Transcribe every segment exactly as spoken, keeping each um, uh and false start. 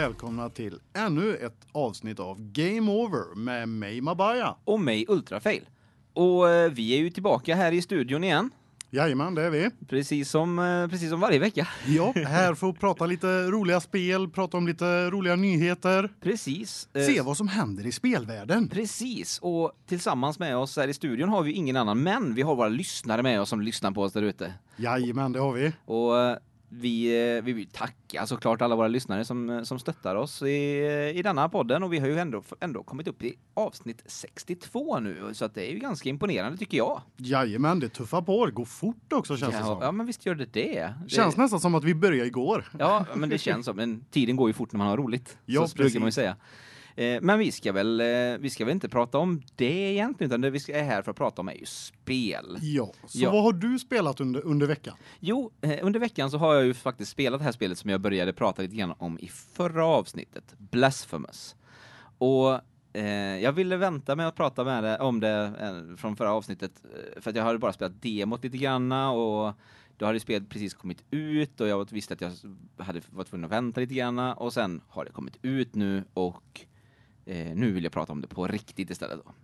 välkomna till ännu ett avsnitt av Game Over med mig Mabaya. Och mig Ultrafail. Och eh, vi är ju tillbaka här i studion igen. Jajamän, det är vi. Precis som, eh, precis som varje vecka. Ja, här för att prata lite roliga spel, prata om lite roliga nyheter. Precis. Eh, Se vad som händer i spelvärlden. Precis. Och tillsammans med oss här i studion har vi ingen annan, men vi har våra lyssnare med oss som lyssnar på oss där ute. Jajamän, det har vi. Och eh, vi, eh, vi vill tacka såklart alla våra lyssnare som, som stöttar oss i, i denna podden. Och vi har ju ändå, ändå kommit upp i avsnitt sextiotvå nu. Så att det är ju ganska imponerande tycker jag. Jajamän, det tuffar på. Det går fort också känns ja, det som. Ja, men visst gör det det. Känns det... nästan som att vi började igår. Ja, men det känns som. Men tiden går ju fort när man har roligt. Ja, så brukar man ju säga. Men vi ska väl vi ska väl inte prata om det egentligen, utan det vi ska är här för att prata om är ju spel. Ja, så ja. Vad har du spelat under under veckan? Jo, under veckan så har jag ju faktiskt spelat det här spelet som jag började prata lite grann om i förra avsnittet, Blasphemous. Och eh, jag ville vänta med att prata med det, om det eh, från förra avsnittet för att jag hade bara spelat demot lite grann och då hade spelet precis kommit ut och jag visste att jag hade varit tvungen att vänta lite grann och sen har det kommit ut nu och Eh, nu vill jag prata om det på riktigt istället då.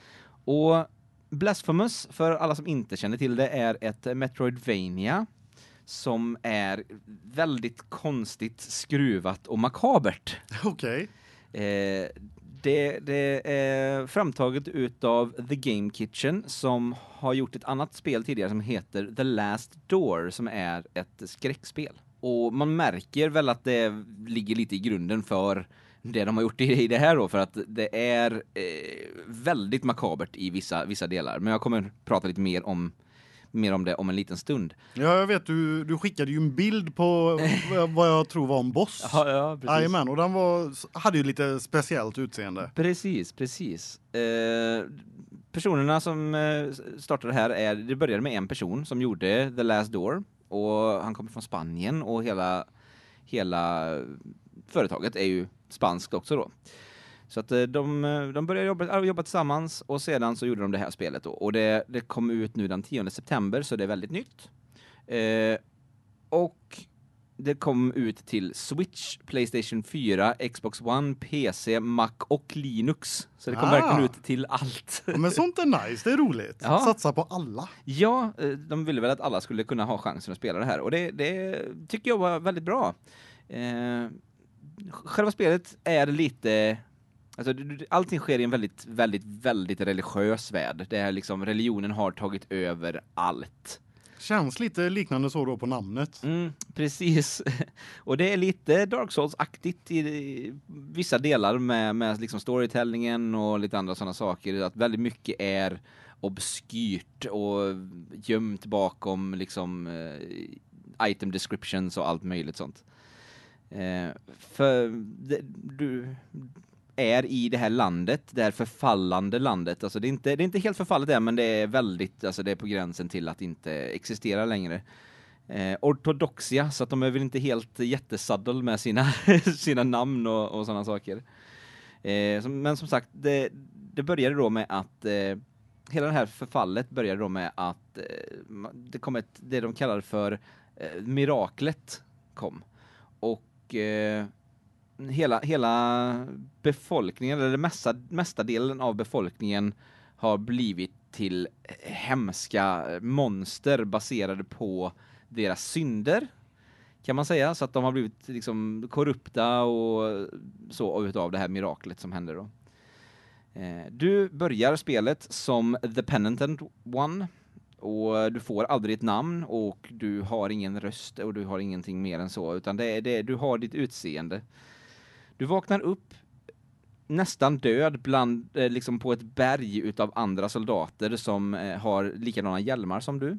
Och Blasphemous, för alla som inte känner till det, är ett Metroidvania som är väldigt konstigt skruvat och makabert. Okej. Okay. Eh, det, det är framtaget utav The Game Kitchen som har gjort ett annat spel tidigare som heter The Last Door som är ett skräckspel. Och man märker väl att det ligger lite i grunden för det de har gjort i det här då, för att det är eh, väldigt makabert i vissa vissa delar, men jag kommer prata lite mer om mer om det om en liten stund. Ja, jag vet du du skickade ju en bild på vad jag tror var en boss. Ja, ja, precis. Jajamän, och den var hade ju lite speciellt utseende. Precis, precis. Eh, personerna som eh, startade det här är det började med en person som gjorde The Last Door och han kommer från Spanien och hela hela företaget är ju spanskt också då. Så att de de började jobba jobba tillsammans och sedan så gjorde de det här spelet då och det det kom ut nu den tionde september så det är väldigt nytt. Eh, och det kom ut till Switch, PlayStation fyra, Xbox One, P C, Mac och Linux. Så det kom ah. verkligen ut till allt. Men sånt är nice, det är roligt. Ja. Satsa på alla. Ja, de ville väl att alla skulle kunna ha chansen att spela det här och det det tycker jag var väldigt bra. Eh, själva spelet är lite alltså allting sker i en väldigt väldigt väldigt religiös värld. Det är liksom religionen har tagit över allt. Känns lite liknande så då på namnet. Mm, precis. Och det är lite Dark Souls-aktigt i vissa delar med med liksom storytellingen och lite andra såna saker att väldigt mycket är obskyrt och gömt bakom liksom uh, item descriptions och allt möjligt sånt. Eh, för det, du är i det här landet, det här förfallande landet. Alltså det är inte det är inte helt förfallet än, men det är väldigt alltså det är på gränsen till att inte existera längre. Eh, ortodoxia, så att de är väl inte helt jättesaddle med sina sina namn och och såna saker. Eh, som, men som sagt det det började då med att eh, hela det här förfallet började då med att eh, det kom ett det de kallar för eh, miraklet kom. Och eh, hela hela befolkningen eller mesta mesta delen av befolkningen har blivit till hemska monster baserade på deras synder kan man säga, så att de har blivit liksom korrupta och så utav det här miraklet som händer då. Eh, du börjar spelet som The Penitent One. Och du får aldrig ett namn och du har ingen röst och du har ingenting mer än så, utan det är det du har ditt utseende. Du vaknar upp nästan död bland eh, liksom på ett berg utav andra soldater som eh, har likadana hjälmar som du.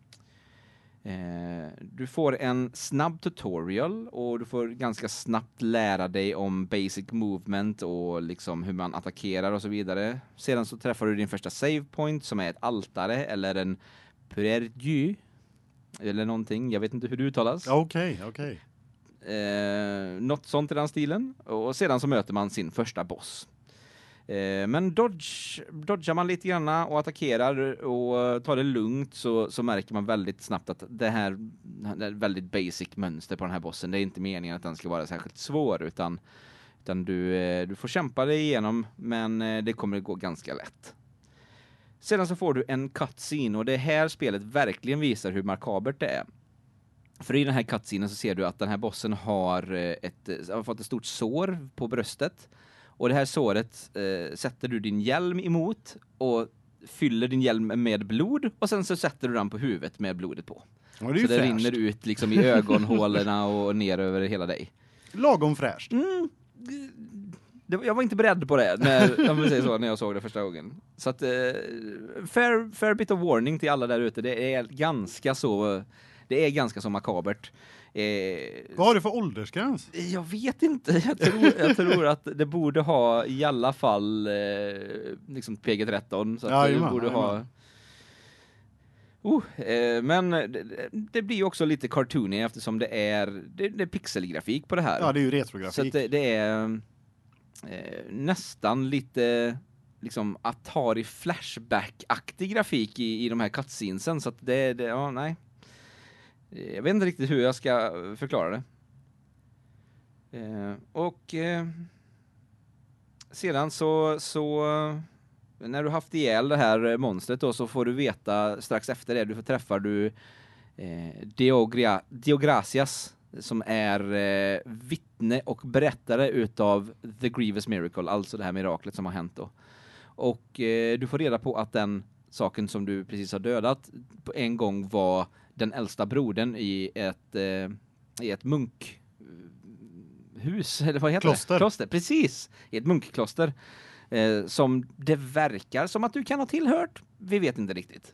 Eh, du får en snabb tutorial och du får ganska snabbt lära dig om basic movement och liksom hur man attackerar och så vidare. Sedan så träffar du din första save point som är ett altare eller en purergy eller någonting, jag vet inte hur det uttalas. Okej, okay, okej. Okay. Eh, något sånt i den stilen och sedan så möter man sin första boss. Eh, men dodge, dodgar man lite grann och attackerar och tar det lugnt så, så märker man väldigt snabbt att det här det är väldigt basic mönster på den här bossen. Det är inte meningen att den ska vara särskilt svår utan, utan du, du får kämpa dig igenom men det kommer att gå ganska lätt. Sedan så får du en cutscene och det här spelet verkligen visar hur markabert det är. För i den här cutscenen så ser du att den här bossen har, ett, har fått ett stort sår på bröstet. Och det här såret eh, sätter du din hjälm emot och fyller din hjälm med blod. Och sen så sätter du den på huvudet med blodet på. Ja, det så det fräscht. rinner ut liksom i ögonhålorna och ner över hela dig. Lagom fräscht. Mm. Det, jag var inte beredd på det när, om vi säger så, när jag såg det första gången. Så att, eh, fair, fair bit of warning till alla där ute. Det är ganska så, det är ganska så makabert. Eh, Vad har du för åldersgräns? Jag vet inte. Jag tror, jag tror att det borde ha i alla fall eh, liksom P G tretton. Så att ja, det jajamän, borde ha... Uh, eh, men det, det blir ju också lite cartoony eftersom det är, det, det är pixelgrafik på det här. Ja, det är ju retrografik. Så att det, det är eh, nästan lite liksom Atari Flashback-aktig grafik i, i de här cutscenesen. Så att det, det, ja, nej. Jag vet inte riktigt hur jag ska förklara det. Eh, och eh, sedan så, så när du haft ihjäl det här monstret då, så får du veta strax efter det, du får träffar du eh, Diogra, Diogracias som är eh, vittne och berättare utav The Grievous Miracle, alltså det här miraklet som har hänt då. Och eh, du får reda på att den saken som du precis har dödat på en gång var den äldsta brodern i ett eh, i ett munkhus eller vad heter Kloster. det? Kloster, precis. I ett munkkloster eh, som det verkar som att du kan ha tillhört. Vi vet inte riktigt.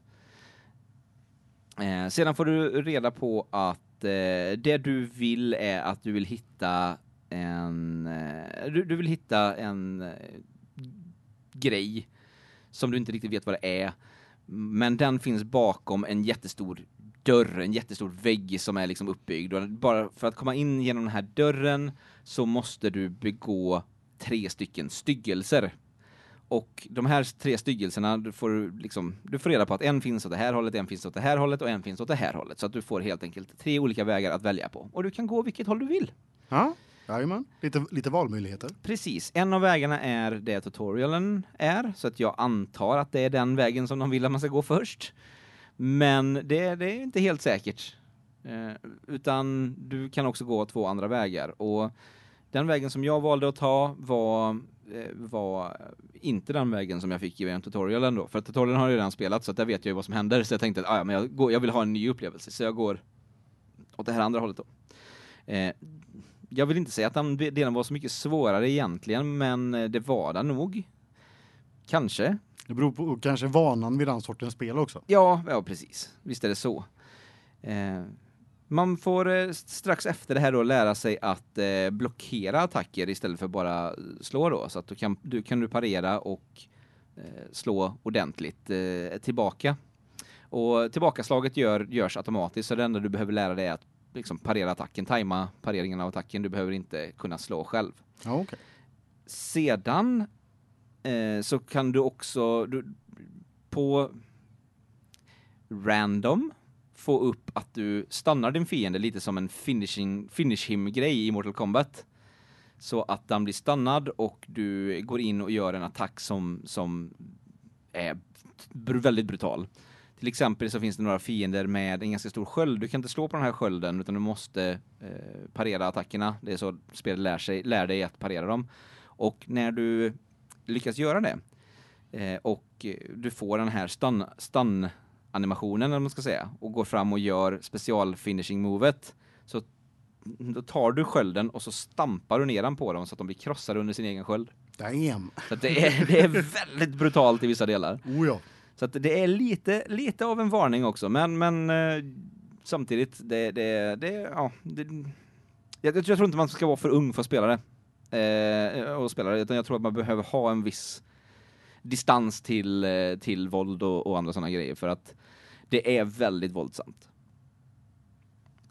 Eh, sedan får du reda på att eh, det du vill är att du vill hitta en eh, du, du vill hitta en eh, grej som du inte riktigt vet vad det är. Men den finns bakom en jättestor dörr, en jättestor vägg som är liksom uppbyggd. Och bara för att komma in genom den här dörren så måste du begå tre stycken styggelser. Och de här tre styggelserna, du får liksom, du får reda på att en finns åt det här hållet, en finns åt det här hållet och en finns åt det här hållet. Så att du får helt enkelt tre olika vägar att välja på. Och du kan gå vilket håll du vill. Ja, jajamän. Lite, lite valmöjligheter. Precis. En av vägarna är det tutorialen är. Så att jag antar att det är den vägen som de vill att man ska gå först. Men det, det är inte helt säkert. Eh, utan du kan också gå två andra vägar. Och den vägen som jag valde att ta var, eh, var inte den vägen som jag fick i tutorialen då. För tutorialen har jag redan spelat så att där vet jag ju vad som händer. Så jag tänkte att ah, ja, men jag, går, jag vill ha en ny upplevelse. Så jag går åt det här andra hållet då. Eh, jag vill inte säga att den delen var så mycket svårare egentligen. Men det var den nog. Kanske. Det beror på kanske vanan vid den sortens spel också. Ja, ja precis. Visst är det så. Eh, man får eh, strax efter det här då lära sig att eh, blockera attacker istället för bara slå då. Så att du kan du, kan du parera och eh, slå ordentligt eh, tillbaka. Och tillbakaslaget gör, görs automatiskt så det enda du behöver lära dig är att liksom parera attacken, tajma pareringen av attacken. Du behöver inte kunna slå själv. Ja, okej. Sedan eh, så kan du också du, på random få upp att du stannar din fiende lite som en finishing finish him grej i Mortal Kombat. Så att den blir stannad och du går in och gör en attack som som är br- väldigt brutal. Till exempel så finns det några fiender med en ganska stor sköld. Du kan inte slå på den här skölden utan du måste eh, parera attackerna. Det är så spelet lär sig lär dig att parera dem. Och när du lyckas göra det eh, och du får den här stun stun animationen eller man ska säga och går fram och gör special finishing movet så då tar du skölden och så stampar du ner den på dem så att de blir krossade under sin egen sköld. Damn. Så att det är det är väldigt brutalt i vissa delar. Oh ja. Så att det är lite lite av en varning också men men eh, samtidigt det det det ja det, jag, jag tror inte man ska vara för ung för att spela det. Eh och spela det utan jag tror att man behöver ha en viss distans till till våld och, och andra såna grejer för att det är väldigt våldsamt.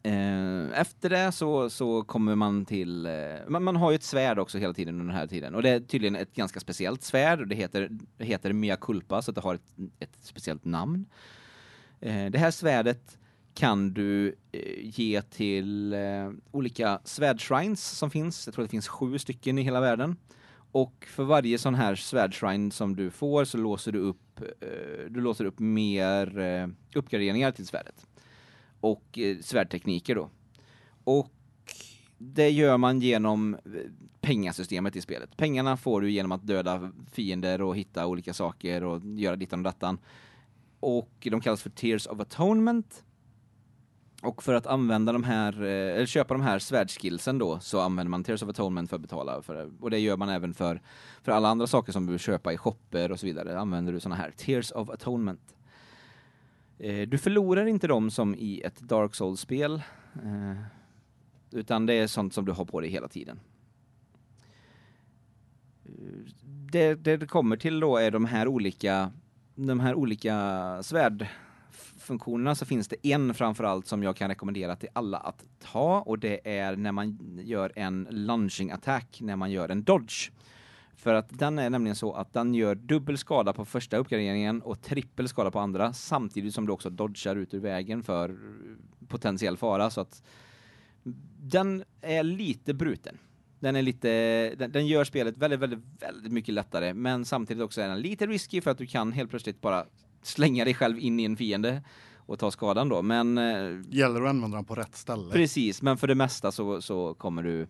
Eh, efter det så, så kommer man till... Eh, man, man har ju ett svärd också hela tiden under den här tiden. Och det är tydligen ett ganska speciellt svärd. Och det heter, det heter Mea Culpa, så att det har ett, ett speciellt namn. Eh, det här svärdet kan du eh, ge till eh, olika svärdshrines som finns. Jag tror det finns sju stycken i hela världen. Och för varje sån här svärdshrine som du får så låser du upp, eh, du låser upp mer eh, uppgraderingar till svärdet. Och eh, svärdtekniker då. Och det gör man genom pengasystemet i spelet. Pengarna får du genom att döda fiender och hitta olika saker och göra dittan och dattan. Och de kallas för Tears of Atonement. Och för att använda de här, eller köpa de här svärdskillsen då, så använder man Tears of Atonement för att betala för det. Och det gör man även för, för alla andra saker som du vill köpa i shopper och så vidare. Använder du såna här Tears of Atonement. Eh, du förlorar inte dem som i ett Dark Souls-spel. Eh, utan det är sånt som du har på dig hela tiden. Det, det det kommer till då är de här olika, de här olika svärd... funktionerna, så finns det en framförallt som jag kan rekommendera till alla att ta, och det är när man gör en lunging attack, när man gör en dodge. För att den är nämligen så att den gör dubbel skada på första uppgraderingen och trippel skada på andra, samtidigt som du också dodgar ut ur vägen för potentiell fara, så att den är lite bruten. Den är lite den, den gör spelet väldigt väldigt väldigt mycket lättare, men samtidigt också är den lite risky för att du kan helt plötsligt bara slänga dig själv in i en fiende och ta skadan då, men gäller att använda den på rätt ställe. Precis, men för det mesta så så kommer du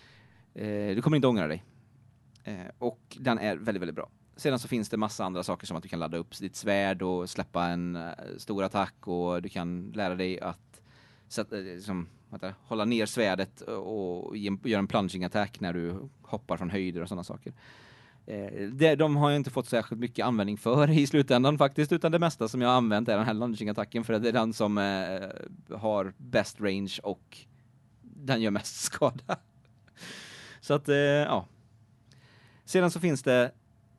eh, du kommer inte ångra dig. Eh, och den är väldigt väldigt bra. Sedan så finns det massa andra saker som att du kan ladda upp ditt svärd och släppa en uh, stor attack, och du kan lära dig att sätta, liksom, att hålla ner svärdet och göra en plunging attack när du hoppar från höjder och sådana saker. Eh, det, de har ju inte fått särskilt mycket användning för i slutändan faktiskt, utan det mesta som jag har använt är den här lunging-attacken, för att det är den som eh, har best range och den gör mest skada. Så att, eh, ja. Sedan så finns det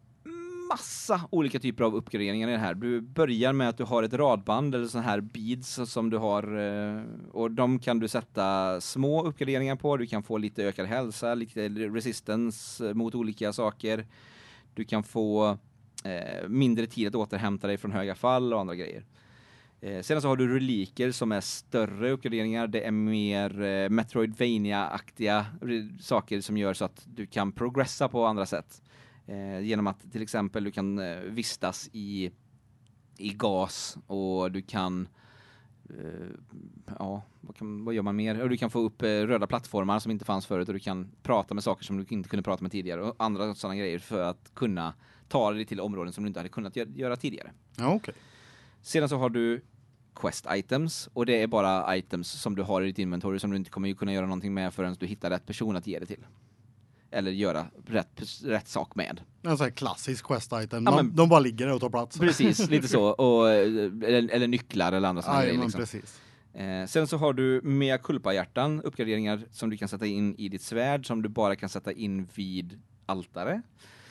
massa olika typer av uppgraderingar i det här. Du börjar med att du har ett radband eller så här beads som du har, och de kan du sätta små uppgraderingar på. Du kan få lite ökad hälsa, lite resistance mot olika saker. Du kan få eh, mindre tid att återhämta dig från höga fall och andra grejer. Eh, sedan så har du reliker som är större uppgraderingar. Det är mer eh, Metroidvania-aktiga saker som gör så att du kan progressa på andra sätt. Eh, genom att till exempel du kan eh, vistas i i gas, och du kan eh, ja, vad, kan, vad gör man mer? Och du kan få upp eh, röda plattformar som inte fanns förut, och du kan prata med saker som du inte kunde prata med tidigare, och andra sådana grejer för att kunna ta dig till områden som du inte hade kunnat gö- göra tidigare. Ja, okej. Okay. Sedan så har du quest items, och det är bara items som du har i ditt inventory som du inte kommer kunna göra någonting med förrän du hittar rätt person att ge det till. Eller göra rätt, rätt sak med. En sån här klassisk quest item. Ja, de, men, de bara ligger där och tar plats. Precis, lite så. Och, eller, eller nycklar eller andra sådana Aj, grejer. Men liksom. precis. Eh, sen så har du Mea Culpa-hjärtan, uppgraderingar som du kan sätta in i ditt svärd, som du bara kan sätta in vid altare.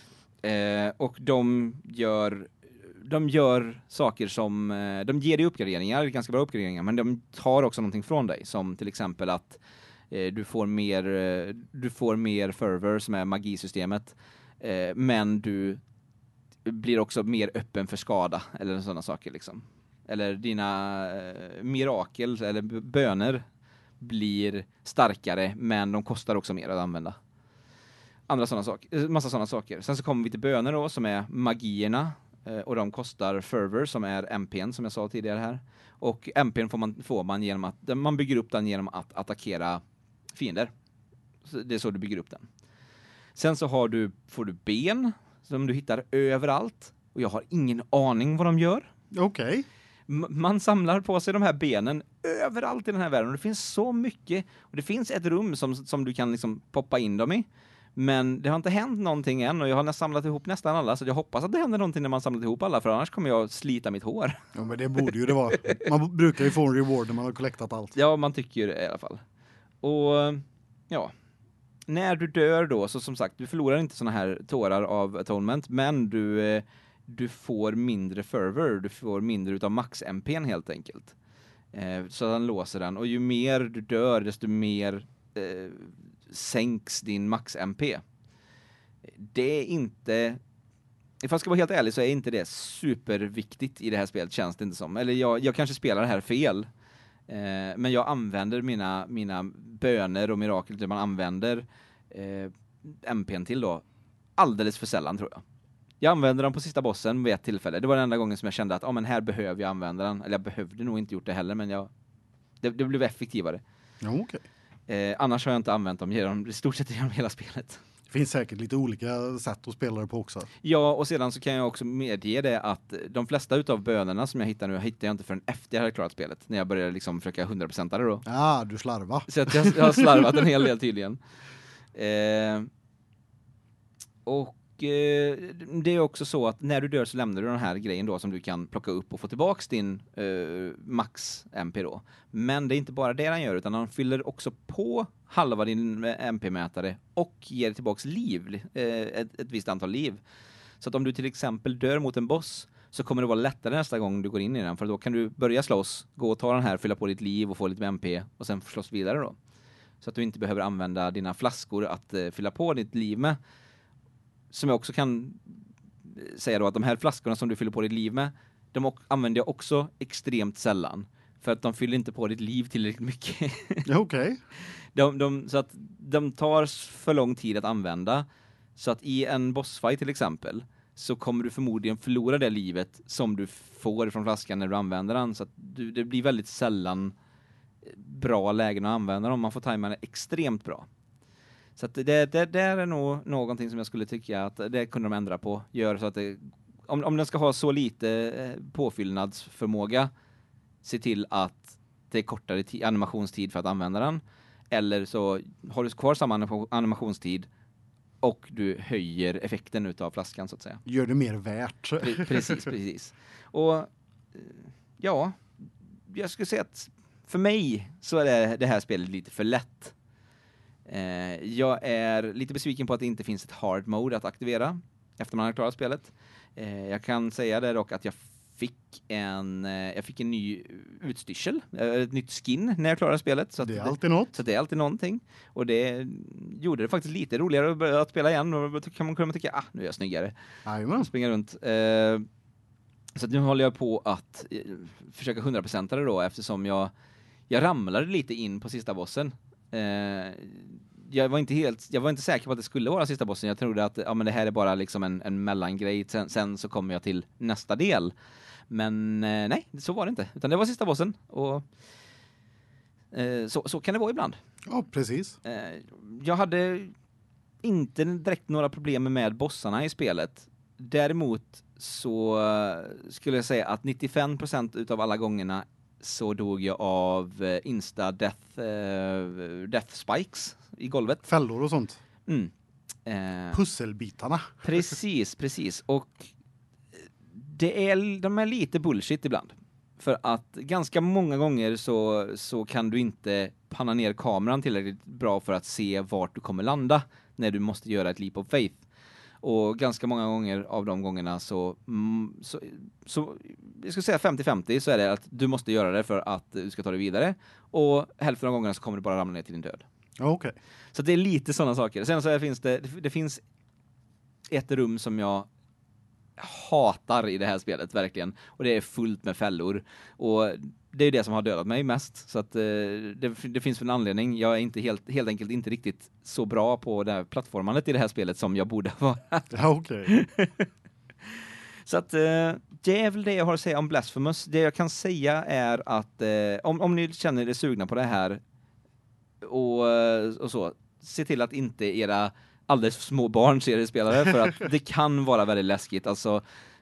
Eh, och de gör... De gör saker som... De ger dig uppgraderingar, ganska bra uppgraderingar, men de tar också någonting från dig. Som till exempel att eh, du får mer eh, du får mer fervor, som är magisystemet. Eh, men du blir också mer öppen för skada, eller sådana saker liksom. Eller dina eh, mirakel, eller böner blir starkare, men de kostar också mer att använda. Andra sådana saker, massa sådana saker. Sen så kommer vi till böner då, som är magierna. Och de kostar fervor, som är M P:n som jag sa tidigare här. Och M P:n får man, får man genom att man bygger upp den genom att attackera fiender. Så det är så du bygger upp den. Sen så har du, får du ben som du hittar överallt. Och jag har ingen aning vad de gör. Okej. Okay. M- man samlar på sig de här benen överallt i den här världen. Och det finns så mycket. Och det finns ett rum som, som du kan liksom poppa in dem i. Men det har inte hänt någonting än, och jag har samlat ihop nästan alla, så jag hoppas att det händer någonting när man samlat ihop alla, för annars kommer jag slita mitt hår. Ja, men det borde ju det vara. Man brukar ju få en reward när man har collectat allt. Ja, man tycker ju det i alla fall. Och ja, när du dör då, så som sagt, du förlorar inte såna här tårar av atonement, men du, du får mindre fervor, du får mindre utav max M P:n helt enkelt. Eh, så han låser den. Och ju mer du dör, desto mer eh, sänks din max-M P. Det är inte... Ifall jag ska vara helt ärlig så är inte det superviktigt i det här spelet, känns det inte som. Eller jag, jag kanske spelar det här fel. Eh, men jag använder mina, mina böner och mirakel där man använder eh, M P:n till då alldeles för sällan, tror jag. Jag använde den på sista bossen vid ett tillfälle. Det var den enda gången som jag kände att ah, men här behöver jag använda den. Eller jag behövde nog inte gjort det heller, men jag, det, det blev effektivare. Ja, okej. Eh, annars har jag inte använt dem genom, i stort sett genom hela spelet. Det finns säkert lite olika sätt att spela det på också. Ja, och sedan så kan jag också medge det att de flesta utav bönerna som jag hittar nu hittar jag inte förrän efter jag hade klarat spelet. När jag började liksom försöka hundra procent det då. Ja, ah, du slarvar. Så att jag, jag har slarvat en hel del tydligen. Eh, och eh, det är också så att när du dör så lämnar du den här grejen då som du kan plocka upp och få tillbaks din eh, max-M P då. Men det är inte bara det han gör, utan han fyller också på halva din M P-mätare och ger tillbaks liv, eh, ett, ett visst antal liv. Så att om du till exempel dör mot en boss så kommer det vara lättare nästa gång du går in i den, för då kan du börja slåss, gå och ta den här, fylla på ditt liv och få lite M P och sen slåss vidare då. Så att du inte behöver använda dina flaskor att eh, fylla på ditt liv med. Som jag också kan säga då att de här flaskorna som du fyller på ditt liv med, de använder jag också extremt sällan. För att de fyller inte på ditt liv tillräckligt mycket. Ja, okej. Okay. De, de, så att de tar för lång tid att använda. Så att i en bossfight till exempel så kommer du förmodligen förlora det livet som du får från flaskan när du använder den. Så att du, det blir väldigt sällan bra lägen att använda dem. Man får tajma det extremt bra. Så att det, det, det är nog någonting som jag skulle tycka att det kunde de ändra på. Gör så att det, om, om den ska ha så lite påfyllnadsförmåga, se till att det är kortare t- animationstid för att använda den. Eller så har du kvar samma animationstid och du höjer effekten utav flaskan så att säga. Gör det mer värt. Pre- precis, precis. Och ja, jag skulle säga att för mig så är det, det här spelet lite för lätt. Eh, jag är lite besviken på att det inte finns ett hard mode att aktivera efter man har klarat spelet. Eh, jag kan säga det dock att jag fick en eh, jag fick en ny utstyrsel, ett nytt skin när jag klarade spelet, så att det är alltid något. Så det är alltid någonting, och det gjorde det faktiskt lite roligare att spela igen, och då kan man kunna tycka ah nu är jag snyggare. Jajamän. Springa runt. Eh, så nu håller jag på att eh, försöka hundra procent det då, eftersom jag jag ramlade lite in på sista bossen. Eh, jag var inte helt jag var inte säker på att det skulle vara sista bossen. Jag trodde att ja men det här är bara liksom en en mellangrej, sen, sen så kommer jag till nästa del. Men eh, nej, så var det inte, utan det var sista bossen, och eh, så så kan det vara ibland. Ja, precis. Eh, jag hade inte direkt några problem med bossarna i spelet. Däremot så skulle jag säga att nittiofem procent utav alla gångerna så dog jag av uh, insta death uh, death spikes i golvet. Fällor och sånt. Mm. Uh, Pusselbitarna. Precis, precis. Och det är de är lite bullshit ibland. För att ganska många gånger så så kan du inte panna ner kameran tillräckligt bra för att se vart du kommer landa när du måste göra ett leap of faith. Och ganska många gånger av de gångerna så, mm, så, så jag ska säga femtio femtio, så är det att du måste göra det för att du ska ta dig vidare. Och hälften av gångerna så kommer du bara ramla ner till din död. Okej. Okay. Så det är lite sådana saker. Sen så finns det, det, det finns ett rum som jag hatar i det här spelet, verkligen. Och det är fullt med fällor. Och det är det som har dödat mig mest. Så att eh, det, det finns en anledning. Jag är inte helt, helt enkelt inte riktigt så bra på det här plattformandet i det här spelet som jag borde vara. Ja, okej. Okay. Så att eh, det är väl det jag har att säga om Blasphemous. Det jag kan säga är att eh, om, om ni känner er sugna på det här och, och så, se till att inte era alldeles små barn seriespelare, för att det kan vara väldigt läskigt. Alltså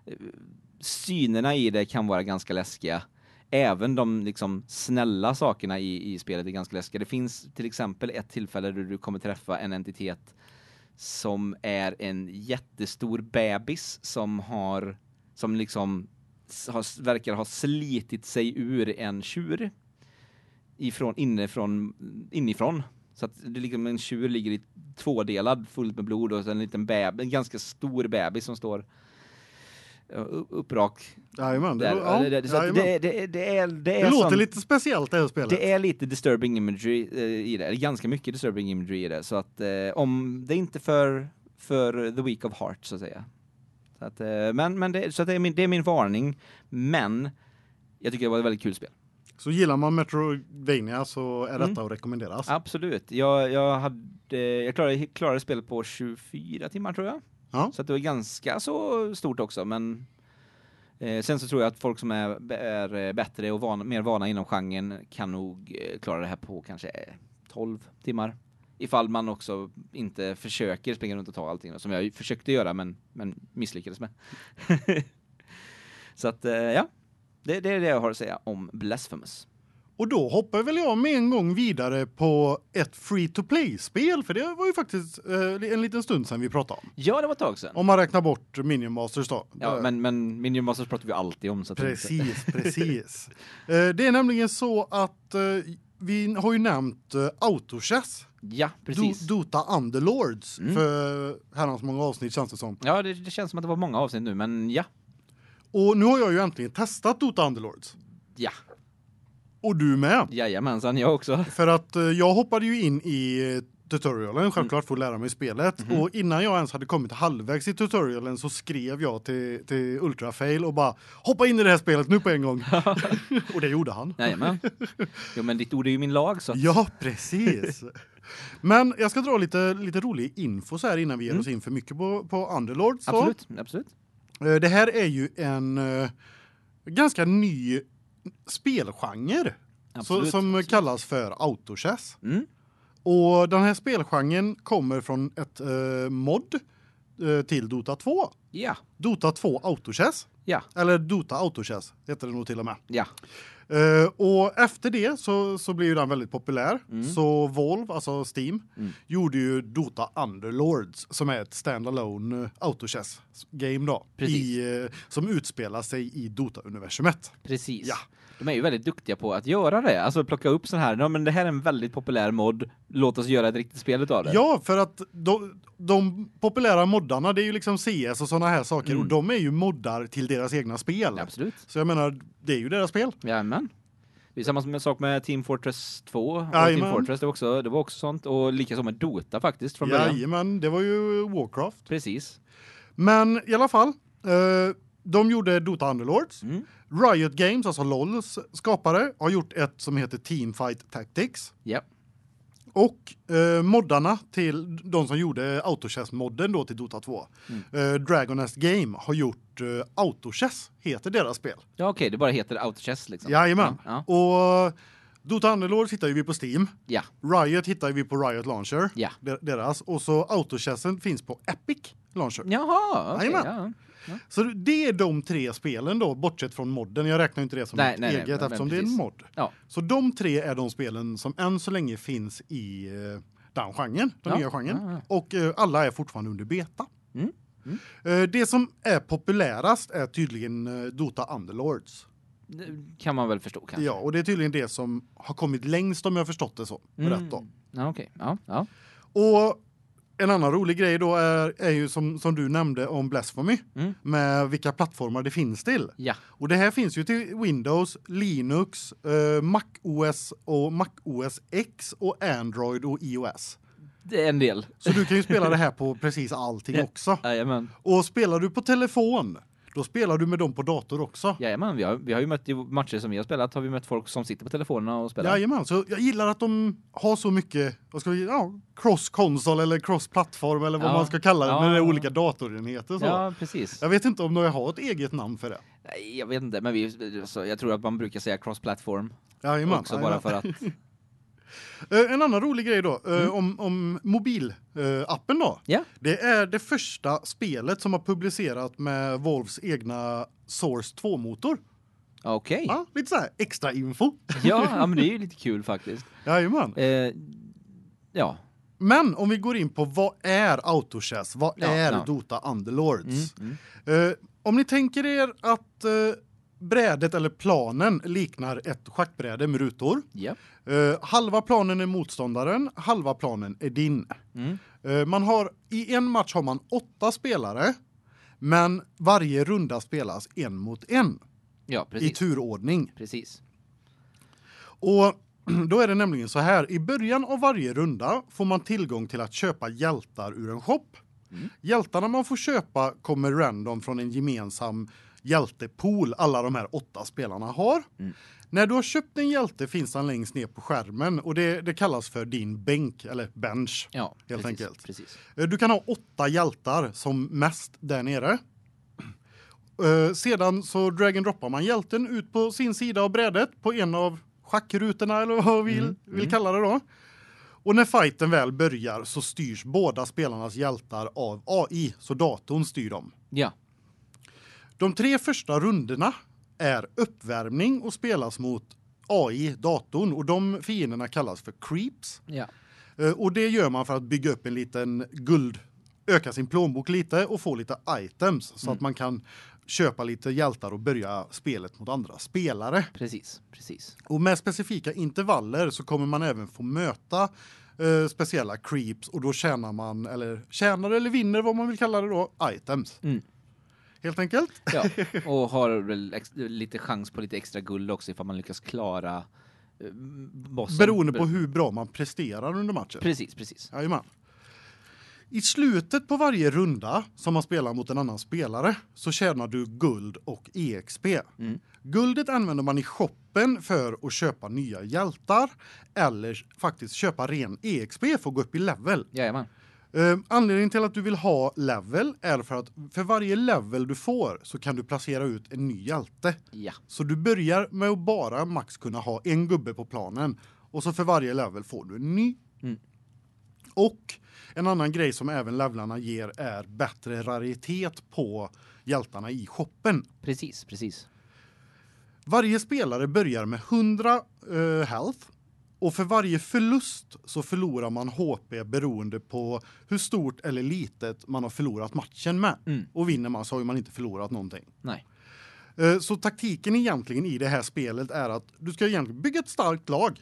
synerna i det kan vara ganska läskiga. Även de liksom snälla sakerna i, i spelet är ganska läskiga. Det finns till exempel ett tillfälle där du kommer träffa en entitet som är en jättestor bebis som har som liksom har, verkar ha slitit sig ur en tjur ifrån inifrån inifrån. Så att det liksom en tjur ligger i tvådelad fullt med blod, och en liten bebis, en ganska stor bebis som står upprak. Jajamän, det, Där. ja, det, det, så att det, det, det är det är det låter sån, lite speciellt det här spelet. Det är lite disturbing imagery eh, i det. Det är ganska mycket disturbing imagery i det, så att eh, om det är inte för för the week of heart så att säga. Så att eh, men men det så att det är min det är min varning, men jag tycker det var ett väldigt kul spel. Så gillar man Metroidvania så är detta Mm. att rekommenderas. Absolut. Jag jag hade jag klarade klarade spelet på tjugofyra timmar tror jag. Ja. Så att det var ganska så stort också, men eh, sen så tror jag att folk som är, är bättre och van, mer vana inom genren kan nog eh, klara det här på kanske tolv timmar. Ifall man också inte försöker springa runt och ta allting som jag försökte göra men men misslyckades med. Så att eh, ja, det, det är det jag har att säga om Blasphemous. Och då hoppar väl jag med en gång vidare på ett free-to-play-spel, för det var ju faktiskt eh, en liten stund sedan vi pratade om. Ja, det var ett tag sedan. Om man räknar bort Minion Masters då. Ja, Eh, men men Minion Masters pratar vi alltid om så att Precis, precis. Eh, det är nämligen så att eh, vi har ju nämnt uh, Autochess. Ja, precis. Do- Dota Underlords Mm. för herrans många avsnitt känns det som. Ja, det, det känns som att det var många avsnitt nu, men ja. Och nu har jag ju äntligen testat Dota Underlords. Ja. Och du med. Jajamensan, jag också. För att uh, jag hoppade ju in i uh, tutorialen självklart för att lära mig spelet. Mhm. Och innan jag ens hade kommit halvvägs i tutorialen så skrev jag till, till Ultrafail och bara hoppa in i det här spelet nu på en gång. Och det gjorde han. Jajamän. Jo, men ditt ord är ju min lag så. Ja, precis. Men jag ska dra lite lite rolig info så här innan vi ger Mm. oss in för mycket på på Underlords då. Absolut, absolut. Eh, Det här är ju en uh, ganska ny spelgenre så, Absolut. som kallas för autochess. Mm. Och den här spelgenren kommer från ett uh, mod uh, till Dota två. Ja. Dota två Autochess Ja. eller Dota Autochess heter det nog till och med. Ja. Uh, och efter det så så blev ju den väldigt populär. Mm. Så Valve, alltså Steam, Mm. gjorde ju Dota Underlords som är ett standalone uh, autochess game då Precis. i uh, som utspelar sig i Dota-universumet. Precis. Ja. De är ju väldigt duktiga på att göra det. Alltså plocka upp sån här, ja, men det här är en väldigt populär mod. Låt oss göra ett riktigt spel utav det. Ja, för att de, de populära moddarna, det är ju liksom C S och såna här saker Mm. och de är ju moddar till deras egna spel. Absolut. Så jag menar, det är ju deras spel. Jajamän. Det är samma som en sak med Team Fortress två. Och Jajamän. Team Fortress, det var, också, det var också sånt. Och lika som med Dota faktiskt från början. Jajamän, det var ju Warcraft. Precis. Men i alla fall, eh, de gjorde Dota Underlords. Mm. Riot Games, alltså LoLs skapare, har gjort ett som heter Teamfight Tactics. Ja. Och eh, moddarna till de som gjorde Autochess-modden då till Dota två. Mm. Eh, Dragon Nest Game har gjort eh, Autochess, heter deras spel. Ja, okej. Det bara heter Autochess liksom. Jajamän. Ja. Ja. Och Dota Underlords hittar ju vi på Steam. Ja. Riot hittar vi på Riot Launcher. Ja. Der- Deras. Och så Autochessen finns på Epic Launcher. Jaha, okej. Jajamän. Ja. Så det är de tre spelen då, bortsett från modden. Jag räknar inte det som Nej, ett nej, nej, eget men eftersom det är en precis. mod. Ja. Så de tre är de spelen som än så länge finns i uh, den genren, den Ja. nya genren. Ja, ja. Och uh, alla är fortfarande under beta. Mm. Mm. Uh, det som är populärast är tydligen uh, Dota Underlords. Det kan man väl förstå kanske. Ja, och det är tydligen det som har kommit längst om jag har förstått det så. Mm. Rätt då. Ja, okej. Ja, ja. Och en annan rolig grej då är, är ju som, som du nämnde om Blasphemy. Mm. Med vilka plattformar det finns till. Ja. Och det här finns ju till Windows, Linux, eh, Mac O S och Mac O S X och Android och iOS. Det är en del. Så du kan ju spela det här på precis allting Ja. också. Jajamän. Och spelar du på telefon, då spelar du med dem på dator också. Jajamän, vi har, vi har ju mött i matcher som vi har spelat, har vi mött folk som sitter på telefonerna och spelar. Jajamän, så jag gillar att de har så mycket, vad ska vi, ja, cross-konsol eller cross-plattform eller vad Ja. man ska kalla det, Ja. när det är olika datorenheter så. Ja, precis. Jag vet inte om de har ett eget namn för det. Nej, jag vet inte, men vi, så jag tror att man brukar säga cross-platform Jajamän, också bara för att... Uh, en annan rolig grej då, uh, Mm. om, om mobilappen uh, då. Ja. Det är det första spelet som har publicerat med Valves egna Source två-motor. Okej. Ja, lite så här extra info. Ja, ja, men det är ju lite kul faktiskt. Jajamän. Eh, ja. Men om vi går in på vad är Autochess? Vad Ja, är ja. Dota Underlords? Mm, mm. Uh, om ni tänker er att uh, brädet eller planen liknar ett schackbräde med rutor. Ja. Uh, halva planen är motståndaren, halva planen är din. Mm. Uh, man har i en match har man åtta spelare, Men varje runda spelas en mot en. Ja, precis. I turordning. Precis. Och då är det nämligen så här. I början av varje runda får man tillgång till att köpa hjältar ur en shop. Mm. Hjältarna man får köpa kommer random från en gemensam hjältepool alla de här åtta spelarna har. Mm. När du har köpt en hjälte finns den längst ner på skärmen och det, det kallas för din bänk eller bench. Ja, helt precis, enkelt. Precis. Du kan ha åtta hjältar som mest där nere. Uh, sedan så drag and droppar man hjälten ut på sin sida av brädet på en av schackrutorna eller vad vi vill, mm. vill kalla det då. Och när fighten väl börjar så styrs båda spelarnas hjältar av A I, så datorn styr dem. Ja. De tre första rundorna är uppvärmning och spelas mot A I, datorn, och de fienderna kallas för creeps. Ja. Uh, och det gör man för att bygga upp en liten guld, öka sin plånbok lite och få lite items så mm. att man kan köpa lite hjältar och börja spelet mot andra spelare. Precis, precis. Och med specifika intervaller så kommer man även få möta eh, speciella creeps och då tjänar man, eller tjänar eller vinner vad man vill kalla det då, items. Mm. Helt enkelt. Ja, och har väl ex- lite chans på lite extra guld också ifall man lyckas klara eh, bossen. Beroende på hur bra man presterar under matchen. Precis, precis. Jajamän. I slutet på varje runda som man spelar mot en annan spelare så tjänar du guld och E X P. Mm. Guldet använder man i shoppen för att köpa nya hjältar eller faktiskt köpa ren E X P för att gå upp i level. Jajamän. Uh, anledningen till att du vill ha level är för att för varje level du får så kan du placera ut en ny hjälte. Ja. Så du börjar med att bara max kunna ha en gubbe på planen och så för varje level får du en ny. Mm. Och en annan grej som även levlarna ger är bättre raritet på hjältarna i shoppen. Precis, precis. Varje spelare börjar med hundra uh, health och för varje förlust så förlorar man H P beroende på hur stort eller litet man har förlorat matchen med. Mm. Och vinner man så har man inte förlorat någonting. Nej. Uh, så taktiken egentligen i det här spelet är att du ska egentligen bygga ett starkt lag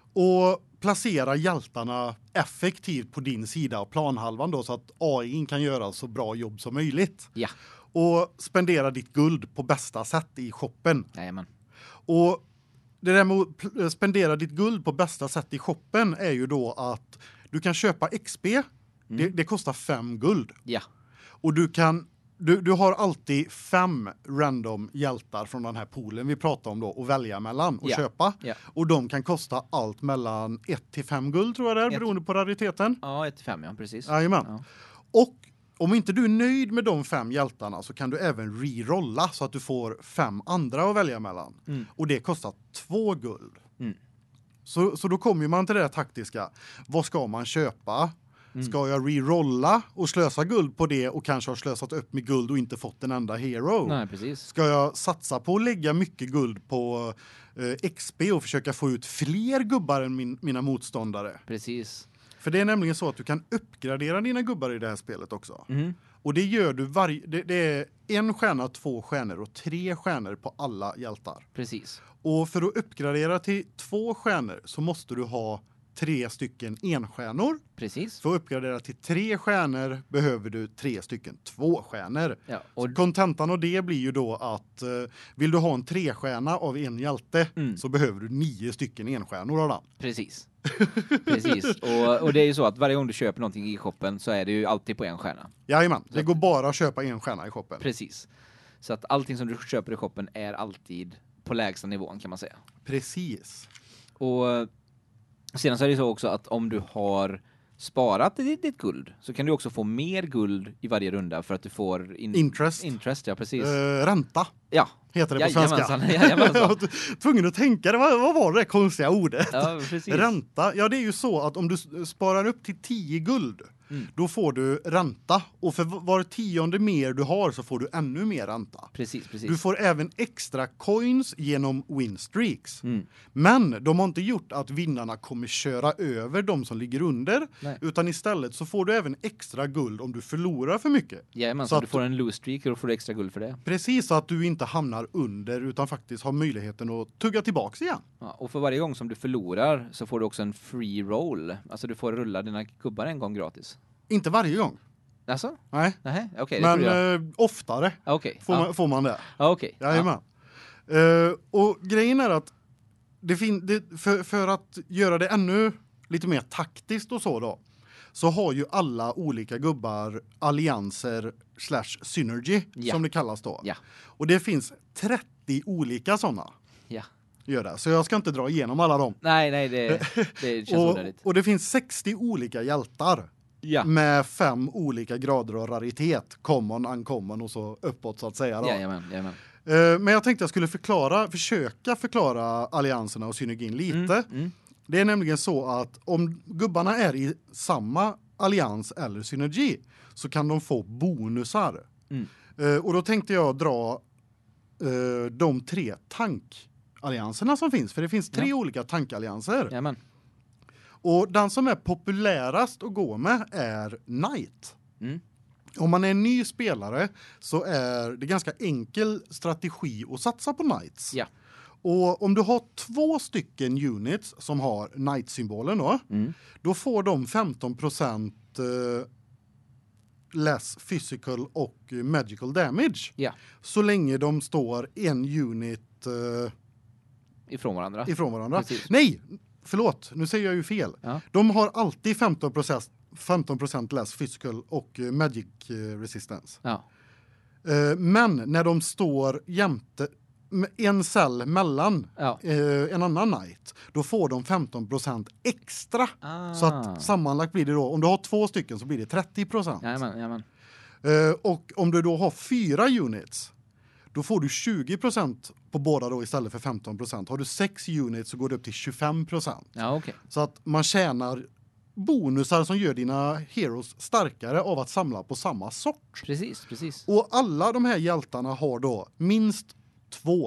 och placera hjältarna effektivt på din sida av planhalvan då så att A I kan göra så bra jobb som möjligt. Ja. Och spendera ditt guld på bästa sätt i shoppen. Jajamän. Och det där med att spendera ditt guld på bästa sätt i shoppen är ju då att du kan köpa X P. Mm. Det, det kostar fem guld. Ja. Och du kan Du, du har alltid fem random hjältar från den här poolen vi pratar om då att välja mellan och ja. köpa. Ja. Och de kan kosta allt mellan ett till fem guld tror jag det är, ett. beroende på rariteten. Ja, ett till fem, ja, precis. Jajamän. Ja. Och om inte du är nöjd med de fem hjältarna så kan du även re-rolla så att du får fem andra att välja mellan. Mm. Och det kostar två guld. Mm. Så, så då kommer man till det taktiska. Vad ska man köpa? Mm. Ska jag re-rolla och slösa guld på det och kanske har slösat upp med guld och inte fått en enda hero? Nej, precis. Ska jag satsa på att lägga mycket guld på eh, X P och försöka få ut fler gubbar än min, mina motståndare? Precis. För det är nämligen så att du kan uppgradera dina gubbar i det här spelet också. Mm. Och det gör du varje det, det är en stjärna, två stjärnor och tre stjärnor på alla hjältar. Precis. Och för att uppgradera till två stjärnor så måste du ha tre stycken enstjärnor. Precis. För att uppgradera till tre stjärnor behöver du tre stycken tvåstjärnor. Ja, och kontentan av det blir ju då att uh, vill du ha en trestjärna av en hjälte mm. så behöver du nio stycken enstjärnor av den. Precis. Precis. Och, och det är ju så att varje gång du köper någonting i shoppen så är det ju alltid på en stjärna. Jajamän, det går bara att köpa en stjärna i shoppen. Precis. Så att allting som du köper i shoppen är alltid på lägsta nivån kan man säga. Precis. Och sedan så är det så också att om du har sparat ditt, ditt guld så kan du också få mer guld i varje runda för att du får in, interest. Interest, ja precis. Uh, ränta. Ja. Heter det på svenska. Jajamensan. Jag var tvungen att tänka, det var, vad var det konstiga ordet? Ja, precis. Ränta. Ja, det är ju så att om du sparar upp till tio guld mm. då får du ränta och för var tionde mer du har så får du ännu mer ränta. Precis, precis. Du får även extra coins genom win streaks. Mm. Men de har inte gjort att vinnarna kommer köra över de som ligger under. Nej. Utan istället så får du även extra guld om du förlorar för mycket. Jajamän, så, så att du får en lose streak och då får du extra guld för det. Precis, så att du inte hamnar under utan faktiskt har möjligheten att tugga tillbaks igen. Ja, och för varje gång som du förlorar så får du också en free roll. Alltså du får rulla dina gubbar en gång gratis. Inte varje gång. Alltså? Nej. Nej, okej, okay, men jag... eh, oftare okay. får, ja. man, får man det. Ja, okej. Okay. Jajamän. Ja. Uh, och grejen är att det fin- det, för, för att göra det ännu lite mer taktiskt och så då, så har ju alla olika gubbar allianser slash synergy ja. som det kallas då. Ja. Och det finns trettio olika såna. Ja. Gör det. Så jag ska inte dra igenom alla dem. Nej, nej, det, det känns och, onödigt. Och det finns sextio olika hjältar. Ja. Med fem olika grader av raritet, common, uncommon och så uppåt så att säga då. Jajamän, jajamän. Uh, men jag tänkte jag skulle förklara, försöka förklara allianserna och synergin lite. Mm, mm. Det är nämligen så att om gubbarna är i samma allians eller synergi så kan de få bonusar. Mm. Uh, och då tänkte jag dra uh, de tre tankallianserna som finns, för det finns tre ja. olika tankallianser. Jajamän. Och den som är populärast att gå med är Knight. Mm. Om man är en ny spelare så är det ganska enkel strategi att satsa på Knights. Ja. Och om du har två stycken units som har Knight-symbolen då, mm. då får de femton procent uh, less physical och magical damage. Ja. Så länge de står en unit uh, ifrån varandra. Ifrån varandra. Precis. Nej, förlåt, nu säger jag ju fel. Ja. De har alltid femton procent femton procent less physical och uh, magic uh, resistance. Ja. Uh, men när de står jämte en cell mellan ja. uh, en annan knight, då får de femton procent extra. Ah. Så att sammanlagt blir det då, om du har två stycken så blir det trettio procent. Jajamän, jajamän. Uh, och om du då har fyra units, då får du tjugo procent på båda då istället för femton procent. Har du sex units så går det upp till tjugofem procent. Ja, okej. Så att man tjänar bonusar som gör dina heroes starkare av att samla på samma sort. Precis, precis. Och alla de här hjältarna har då minst två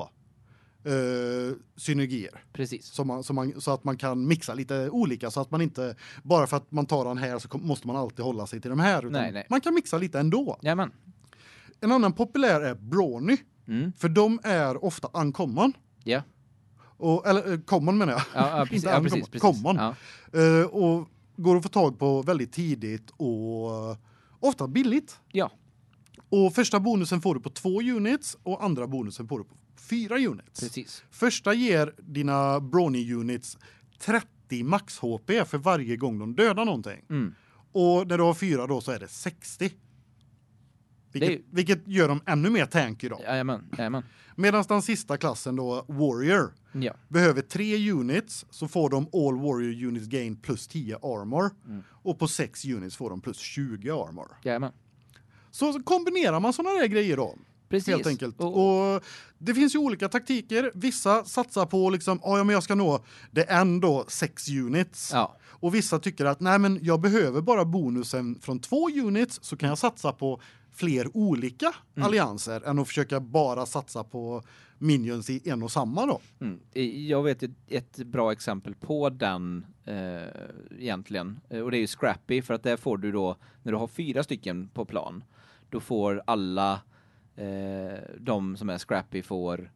eh synergier. Precis. Så man, så man så att man kan mixa lite olika, så att man inte bara för att man tar den här så måste man alltid hålla sig till de här, utan nej, nej. man kan mixa lite ändå. Jajamän. En annan populär är Brawny. Mm. För de är ofta uncommon. Ja. Och eller uh, common menar jag. Ja, ja precis, ja, precis, precis. Common. Ja. Uh, och går att få tag på väldigt tidigt och uh, ofta billigt. Ja. Och första bonusen får du på två units och andra bonusen får du på fyra units. Precis. Första ger dina Brawny units trettio max H P för varje gång de dödar någonting. Mm. Och när du har fyra då så är det sextio. Vilket, det... vilket gör dem ännu mer tanky då. Jajamän, jajamän. Medan den sista klassen då, Warrior, ja. behöver tre units, så får de all Warrior units gain plus tio armor. Mm. Och på sex units får de plus tjugo armor. Jajamän. Så, så kombinerar man såna där grejer då. Precis. Helt enkelt. Och, och det finns ju olika taktiker. Vissa satsar på liksom, ja men jag ska nå det ändå sex units. Ja. Och vissa tycker att nej men jag behöver bara bonusen från två units, så kan jag satsa på fler olika mm. allianser än att försöka bara satsa på minions i en och samma då. Mm. Jag vet ett, ett bra exempel på den eh, egentligen, och det är ju Scrappy, för att där får du då, när du har fyra stycken på plan, då får alla eh, de som är Scrappy får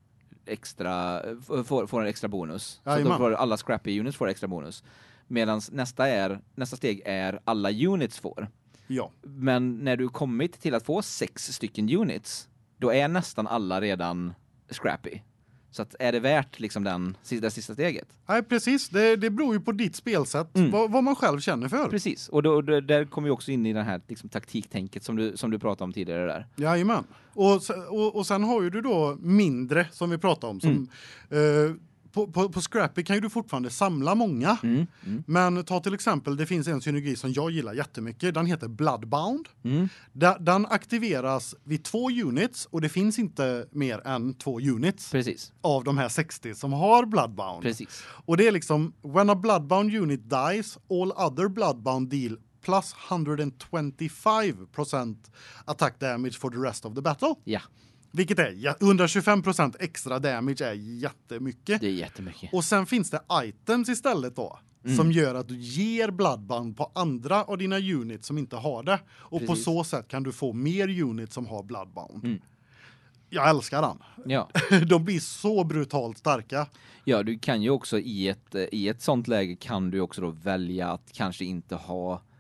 extra får, får en extra bonus. Ja, så då får alla Scrappy units får extra bonus. Medan nästa är nästa steg är alla units får. Ja. Men när du kommit till att få sex stycken units, då är nästan alla redan Scrappy. Så att är det värt liksom den sista, det sista steget? Nej, precis. Det, det beror ju på ditt spelsätt, mm. vad, vad man själv känner för. Precis. Och då, då, där kommer vi också in i den här liksom, taktiktänket som du, som du pratade om tidigare där. Jajamän. Och, och, och sen har ju du då mindre som vi pratade om. Som, mm. eh, På, på, på Scrappy kan ju du fortfarande samla många. Mm, mm. Men ta till exempel, det finns en synergi som jag gillar jättemycket. Den heter Bloodbound. Mm. Da, den aktiveras vid två units, och det finns inte mer än två units. Precis. Av de här sextio som har Bloodbound. Precis. Och det är liksom, when a Bloodbound unit dies, all other Bloodbound deal plus one hundred twenty-five percent attack damage for the rest of the battle. Ja. Vilket är hundratjugofem procent extra damage är jättemycket. Det är jättemycket. Och sen finns det items istället då. Mm. Som gör att du ger Bloodbound på andra av dina units som inte har det. Och Precis. På så sätt kan du få mer units som har Bloodbound. Mm. Jag älskar den. Ja. De blir så brutalt starka. Ja, du kan ju också i ett, i ett sånt läge kan du också då välja att kanske inte ha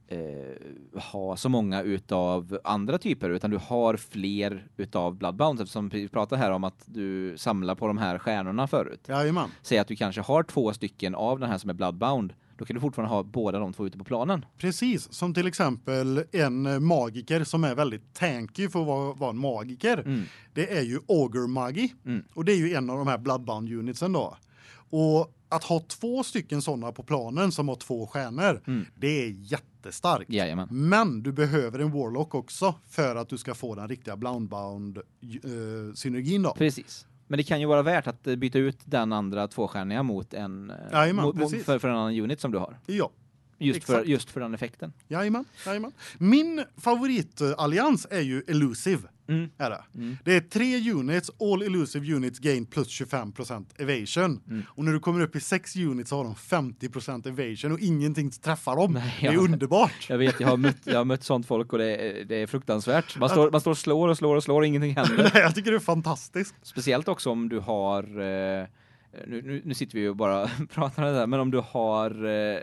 eh, ha så många utav andra typer, utan du har fler utav Bloodbound, eftersom vi pratar här om att du samlar på de här stjärnorna förut. Jajamän. Säg att du kanske har två stycken av den här som är Bloodbound, då kan du fortfarande ha båda de två ute på planen. Precis, som till exempel en magiker som är väldigt tanky för att vara, vara en magiker. Mm. Det är ju Ogre Magi. Mm. Och det är ju en av de här Bloodbound unitsen då. Och att ha två stycken sådana på planen som har två stjärnor, Mm. det är jättestarkt. Jajamän. Men du behöver en Warlock också för att du ska få den riktiga Bloodbound uh, synergin då. Precis. Men det kan ju vara värt att byta ut den andra tvåstjärniga mot en Jajamän, mot, precis. för, för en annan unit som du har. Ja. Just för, Exakt. just för den effekten. Jajamän, jajamän. Min favoritallians är ju Elusive. Mm. Är det. Mm. Det är tre units, all elusive units gain plus tjugofem procent evasion. Mm. Och när du kommer upp i sex units så har de femtio procent evasion och ingenting träffar dem. Nej, det är ja. underbart. Jag vet, jag har mött, jag har mött sånt folk och det är, det är fruktansvärt. Man står, man står och slår och slår och slår och ingenting händer. Jag tycker det är fantastiskt. Speciellt också om du har... Eh, nu, nu, nu sitter vi ju och bara pratar om det där, men om du har... Eh,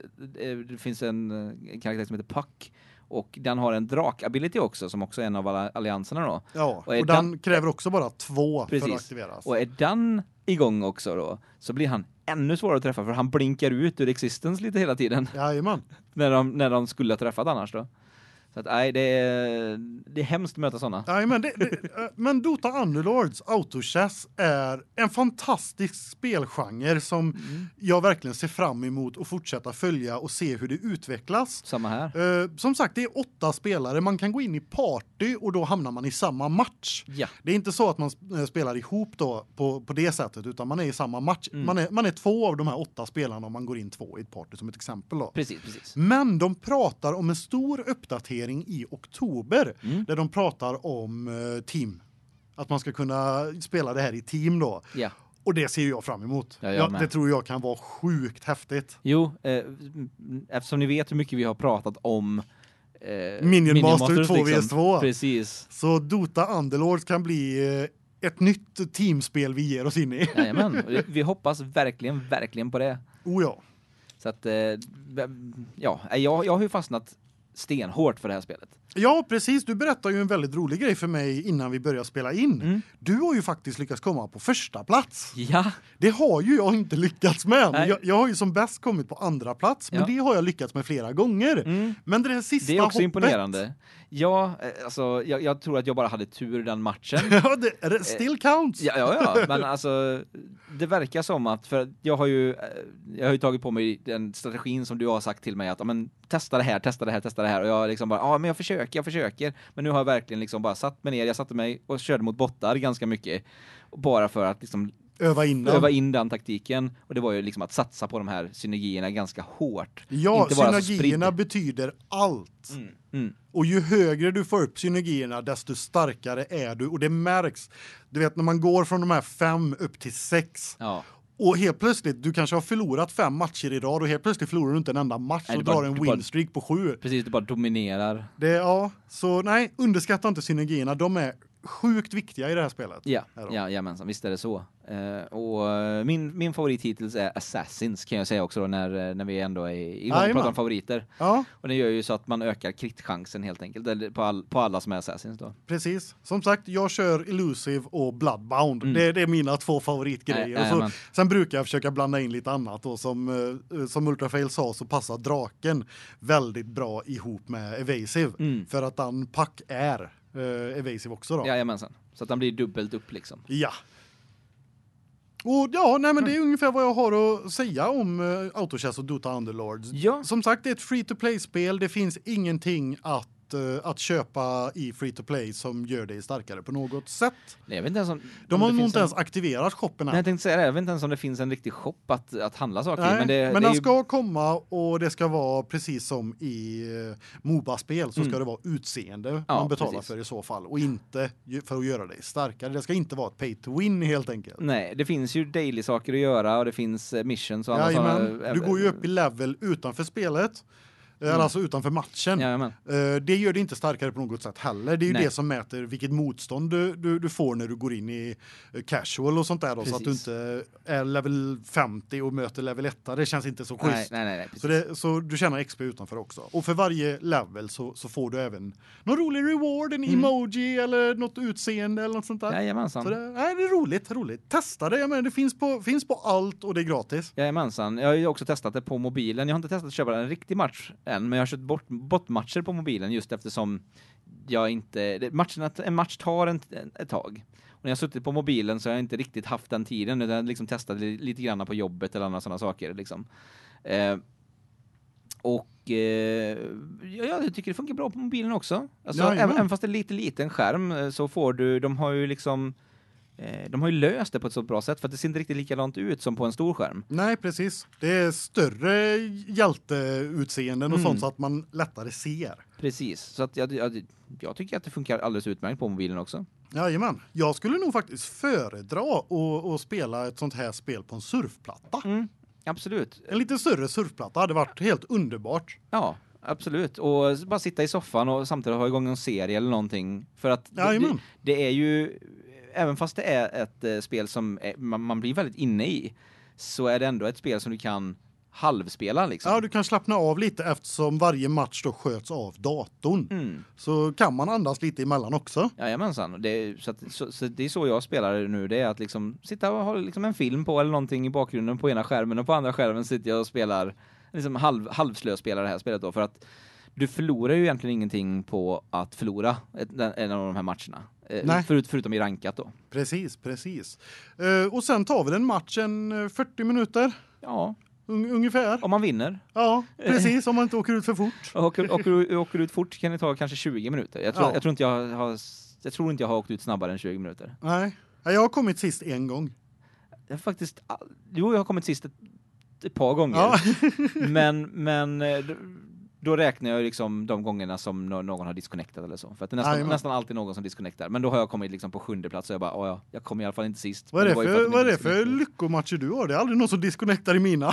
det finns en, en karaktär som heter Puck. Och den har en drak-ability också, som också är en av alla allianserna då. Ja, och, är och den, den kräver också bara två Precis. för att aktiveras. Och är den igång också då, så blir han ännu svårare att träffa, för han blinkar ut ur existence lite hela tiden. Jajamän. när, de, när de skulle ha träffat annars då. Så att nej, det är, det är hemskt att möta sådana. Nej, men, det, det, men Dota Underlords Autochess är en fantastisk spelgenre som Mm. jag verkligen ser fram emot att fortsätta följa och se hur det utvecklas. Samma här. Uh, som sagt, det är åtta spelare. Man kan gå in i party och då hamnar man i samma match. Ja. Det är inte så att man spelar ihop då på, på det sättet, utan man är i samma match. Mm. Man, är, man är två av de här åtta spelarna om man går in två i ett party som ett exempel då. Precis, precis. Men de pratar om en stor uppdatering i oktober Mm. där de pratar om uh, team. Att man ska kunna spela det här i team då. Ja. Och det ser jag fram emot. Ja, jag ja, med. det tror jag kan vara sjukt häftigt. Jo, eh, eftersom ni vet hur mycket vi har pratat om eh, Minion Master Masters, två V S två. Precis. Så Dota Underlords kan bli eh, ett nytt teamspel vi ger oss in i. Jajamän. Vi hoppas verkligen, verkligen på det. Oh ja. Så att, eh, ja, jag, jag har ju fastnat stenhårt för det här spelet. Ja, precis. Du berättade ju en väldigt rolig grej för mig innan vi började spela in. Mm. Du har ju faktiskt lyckats komma på första plats. Ja. Det har ju jag inte lyckats med. Nej. Jag, jag har ju som bäst kommit på andra plats, men Ja. det har jag lyckats med flera gånger. Mm. Men det här sista Det är också hoppet, imponerande. Ja, eh, alltså jag, jag tror att jag bara hade tur den matchen. Ja, det, det still counts. Ja, ja, ja, men alltså det verkar som att, för jag har ju eh, jag har ju tagit på mig den strategin som du har sagt till mig att ja, men testa det här, testa det här, testa det här, och jag liksom bara ja, men jag försöker, jag försöker, men nu har jag verkligen liksom bara satt mig ner, jag satte mig och körde mot bottar ganska mycket bara för att liksom Öva in den. öva in den taktiken, och det var ju liksom att satsa på de här synergierna ganska hårt. Ja, Inte bara så synergierna spridd. betyder allt. Mm. Mm. Och ju högre du får upp synergierna, desto starkare är du. Och det märks. Du vet, när man går från de här fem upp till sex. Ja. Och helt plötsligt, du kanske har förlorat fem matcher i rad och helt plötsligt förlorar du inte en enda match Nej, och det bara- drar en det bara- winstreak på sju. Precis, det bara dominerar. Det, ja, så nej, underskatta inte synergierna. De är sjukt viktiga i det här spelet. Ja, Här då. ja, jajamensan, visst är det så. Uh, och uh, min, min favorit hittills är Assassins, kan jag säga också då, när, när vi ändå är igång och Jajamän. pratar om favoriter. Ja, Och det gör ju så att man ökar kritchansen helt enkelt, eller på, all, på alla som är Assassins då. precis. Som sagt, jag kör Elusive och Bloodbound. Mm. Det, det är mina två favoritgrejer. Nej, och så, jajamän. sen brukar jag försöka blanda in lite annat. Och som, eh, som Ultrafail sa så passar draken väldigt bra ihop med Evasive. Mm. För att den pack är eh, Evasive också då. Jajamensan, så att den blir dubbelt upp liksom. Ja. Och ja, nej men det är ungefär vad jag har att säga om uh, Autochess och Dota Underlords. Ja. Som sagt, det är ett free to play spel. Det finns ingenting att uh, att köpa i free to play som gör dig starkare på något sätt. Nej, jag vet inte ens om, De om har det nog finns inte en, ens aktiverat shoppen Nej, än. jag tänkte säga det, jag vet inte ens om det finns en riktig shop att, att handla saker i, Nej, men det, men det är den ju, ska komma och det ska vara precis som i uh, MOBA-spel så Mm. ska det vara utseende Ja, man betalar precis. för i så fall och inte ju- för att göra dig starkare. Det ska inte vara ett pay to win helt enkelt. Nej, det finns ju daily saker att göra och det finns eh, missions och andra Jajamän. sådana. Du går ju upp i level utanför spelet. Mm. Alltså utanför matchen. Jajamän. Uh, det gör det inte starkare på något sätt heller. Det är ju Nej. det som mäter vilket motstånd du, du, du får när du går in i casual och sånt där då, så att du inte är level femtio och möter level ett. Det känns inte så schysst. Nej, nej, nej, nej, så, det, så du tjänar X P utanför också. Och för varje level så, så får du även någon rolig reward, en mm. emoji eller något utseende eller något sånt där. Jajamensan. Så det, nej, det är roligt, roligt. Testa det, jag menar, det finns på, finns på allt och det är gratis. Jajamensan. Jag har ju också testat det på mobilen. Jag har inte testat att köpa en riktig match än, men jag har kört bort botmatcher på mobilen just eftersom jag inte matchen en match tar en, ett tag. Och när jag har suttit på mobilen så har jag inte riktigt haft den tiden, utan jag liksom testat lite grann på jobbet eller andra sådana saker liksom. Eh, och eh, ja, jag tycker det funkar bra på mobilen också. Alltså ja, även, även fast det är lite liten skärm så får du, de har ju liksom de har ju löst det på ett så bra sätt, för att det ser inte riktigt likadant ut som på en stor skärm. Nej, precis. Det är större hjälteutseenden och mm. sånt så att man lättare ser. Precis. Så att jag, jag, jag tycker att det funkar alldeles utmärkt på mobilen också. Jajamän. Jag skulle nog faktiskt föredra att, att spela ett sånt här spel på en surfplatta. Mm, absolut. En lite större surfplatta hade varit helt underbart. Ja, absolut. Och bara sitta i soffan och samtidigt ha igång en serie eller någonting. För att det, det, det är ju... Även fast det är ett eh, spel som är, man, man blir väldigt inne i, så är det ändå ett spel som du kan halvspela liksom. Ja, du kan slappna av lite eftersom varje match då sköts av datorn. Mm. Så kan man andas lite emellan också. Jajamensan. Det, så, att, så, så det är så jag spelar nu. Det är att liksom sitta och ha liksom en film på eller någonting i bakgrunden på ena skärmen, och på andra skärmen sitter jag och spelar liksom halv, halvslöspelar det här spelet då, för att du förlorar ju egentligen ingenting på att förlora ett, en av de här matcherna. Nej. Förut, förutom i rankat då. Precis, precis. Uh, och sen tar väl en match en fyrtio minuter? Ja. Un- ungefär. Om man vinner. Ja, precis. Om man inte åker ut för fort. åker, åker, åker ut fort kan det ta kanske tjugo minuter. Jag tror, ja. jag tror inte jag har jag tror inte jag har åkt ut snabbare än tjugo minuter. Nej. Jag har kommit sist en gång. Jag har faktiskt jo, jag har kommit sist ett, ett par gånger. Ja. men men då räknar jag liksom de gångerna som någon har disconnectat eller så. För att det är nästan, Aj, nästan alltid någon som disconnectar. Men då har jag kommit liksom på sjunde plats och jag bara, åh ja, jag kommer i alla fall inte sist. Vad är det, det för, vad är det för lyckomatcher du har? Det är aldrig någon som disconnectar i mina.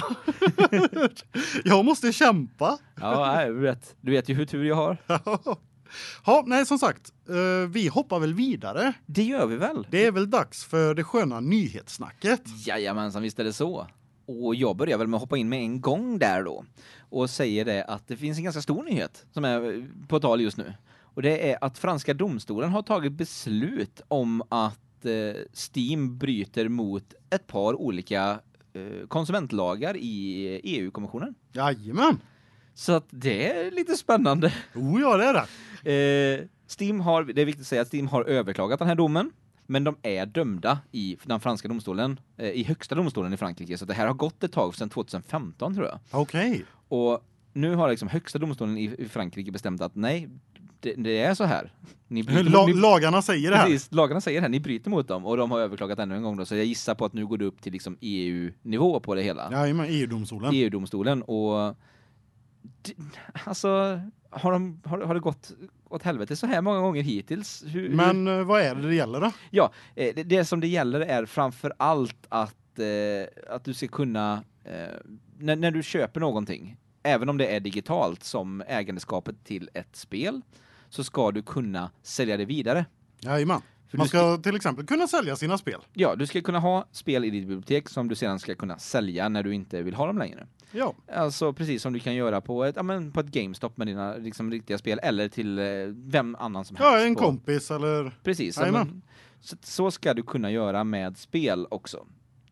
Jag måste kämpa. Ja, nej, du vet. Du vet ju hur tur jag har. Ja, nej, som sagt, uh, vi hoppar väl vidare. Det gör vi väl. Det är väl dags för det sköna nyhetssnacket. Jajamensan, visst är det så. Och jag börjar väl med att hoppa in med en gång där då. Och säger det att det finns en ganska stor nyhet som är på tal just nu. Och det är att franska domstolen har tagit beslut om att eh, Steam bryter mot ett par olika eh, konsumentlagar i E U-kommissionen. Jajamän! Så att det är lite spännande. Oh ja, det är det. Eh, Steam har, det är viktigt att säga att Steam har överklagat den här domen. Men de är dömda i den franska domstolen, eh, i högsta domstolen i Frankrike. Så det här har gått ett tag sedan tjugohundrafemton tror jag. Okej. Okay. Och nu har liksom högsta domstolen i, i Frankrike bestämt att nej, det, det är så här. Ni bryter, La, ni, lagarna säger det här. Precis, lagarna säger det här. Ni bryter mot dem. Och de har överklagat ännu en gång då. Så jag gissar på att nu går det upp till liksom E U-nivå på det hela. Ja, men E U-domstolen. E U-domstolen. Och det, alltså, har, de, har, har det gått åt helvete så här många gånger hittills? Hur, men hur... vad är det det gäller då? Ja, det, det som det gäller är framför allt att, eh, att du ska kunna, eh, när, när du köper någonting, även om det är digitalt som ägandeskapet till ett spel, så ska du kunna sälja det vidare. Jajamän. Man ska, ska till exempel kunna sälja sina spel. Ja, du ska kunna ha spel i ditt bibliotek som du sedan ska kunna sälja när du inte vill ha dem längre. Ja. Alltså precis som du kan göra på ett, ja, men på ett GameStop med dina liksom, riktiga spel, eller till eh, vem annan som helst. Ja, en på... kompis eller... Precis. Men, så, så ska du kunna göra med spel också.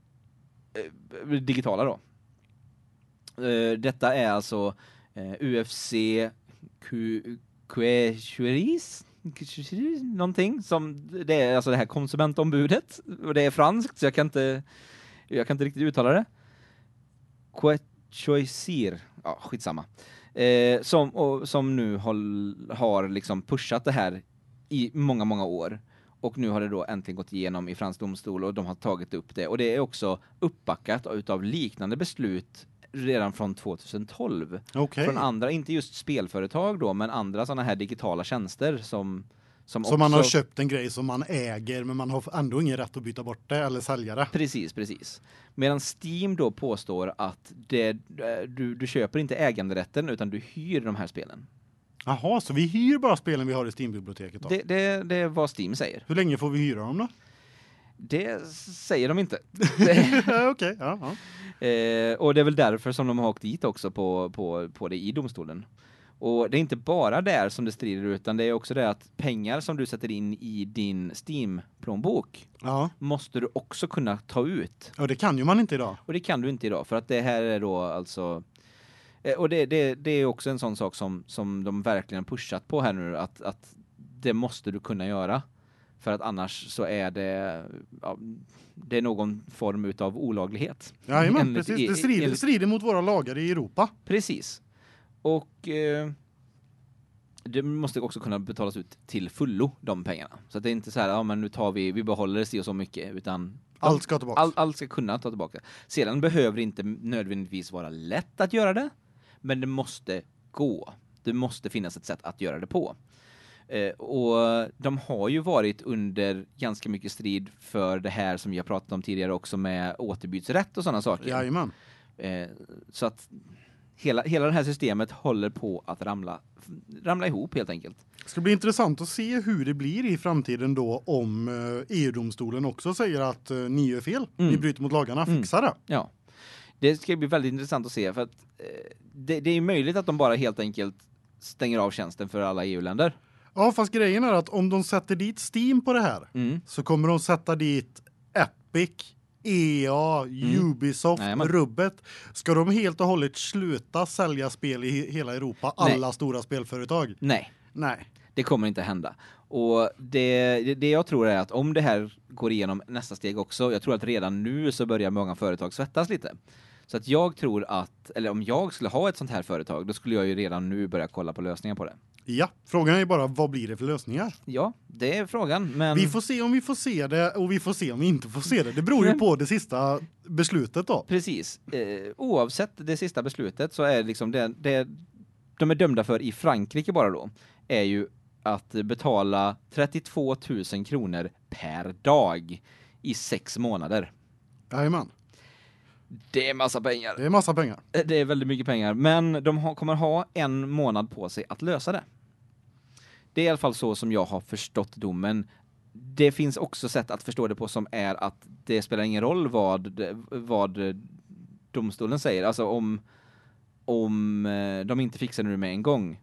Eh, digitala då. Eh, detta är alltså eh, U F C Quechuris någonting som det är alltså det här konsumentombudet, och det är franskt så jag kan inte jag kan inte riktigt uttala det. Quechuisir. Ja, skitsamma. Eh, som och, som nu har, har liksom pushat det här i många många år. Och nu har det då äntligen gått igenom i fransk domstol och de har tagit upp det. Och det är också uppbackat utav liknande beslut redan från tjugotolv. Okay. Från andra, inte just spelföretag då, men andra såna här digitala tjänster som Som Så också... man har köpt en grej som man äger, men man har ändå ingen rätt att byta bort det eller sälja det. Precis, precis. Medan Steam då påstår att det, du, du köper inte äganderätten utan du hyr de här spelen. Jaha, så vi hyr bara spelen vi har i Steam-biblioteket då? Det, det, det är vad Steam säger. Hur länge får vi hyra dem då? Det säger de inte. Okej, okay, ja, ja. Eh, och det är väl därför som de har åkt dit också på, på, på det i domstolen. Och det är inte bara där som det strider, utan det är också det att pengar som du sätter in i din Steam-plånbok Ja. måste du också kunna ta ut. Och det kan ju man inte idag. Och det kan du inte idag, för att det här är då alltså... Eh, och det, det, det är också en sån sak som, som de verkligen pushat på här nu, att, att det måste du kunna göra. För att annars så är det... Ja, det är någon form utav olaglighet. Ja, men Enligt- precis. Det i- strider, enligt- strider mot våra lagar i Europa. Precis. Och eh, det måste också kunna betalas ut till fullo, de pengarna. Så att det är inte så här, ja men nu tar vi, vi behåller det så, så mycket, utan Allt ska tillbaka. all, allt ska kunna ta tillbaka. Sedan behöver det inte nödvändigtvis vara lätt att göra det, men det måste gå. Det måste finnas ett sätt att göra det på. Eh, och de har ju varit under ganska mycket strid för det här som vi har pratat om tidigare också, med återbytsrätt och sådana saker. Jajamän. Eh, så att hela, hela det här systemet håller på att ramla, ramla ihop helt enkelt. Det ska bli intressant att se hur det blir i framtiden då om eh, E U-domstolen också säger att eh, ni gör fel, Mm. ni bryter mot lagarna, Mm. fixa det. Ja. Det ska bli väldigt intressant att se, för att eh, det, det är möjligt att de bara helt enkelt stänger av tjänsten för alla E U-länder. Ja, fast grejen är att om de sätter dit Steam på det här Mm. så kommer de sätta dit Epic, E A, Ubisoft, Jajamän. rubbet. Ska de helt och hållet sluta sälja spel i he- hela Europa, Nej. alla stora spelföretag? Nej. Nej. Det kommer inte hända. Och det, det, det jag tror är att om det här går igenom nästa steg också, jag tror att redan nu så börjar många företag svettas lite. Så att jag tror att, eller om jag skulle ha ett sånt här företag, då skulle jag ju redan nu börja kolla på lösningar på det. Ja, frågan är ju bara vad blir det för lösningar? Ja, det är frågan, men... Vi får se om vi får se det och vi får se om vi inte får se det. Det beror ju på det sista beslutet då. Precis. Eh, oavsett det sista beslutet så är liksom det, det de är dömda för i Frankrike bara då, är ju att betala trettiotvå tusen kronor per dag i sex månader. Jajamän. Det är massa pengar. Det är massa pengar. Det är väldigt mycket pengar, men de har, kommer ha en månad på sig att lösa det. Det är i alla fall så som jag har förstått domen. Det finns också sätt att förstå det på som är att det spelar ingen roll vad, vad domstolen säger. Alltså om, om de inte fixar det med en gång.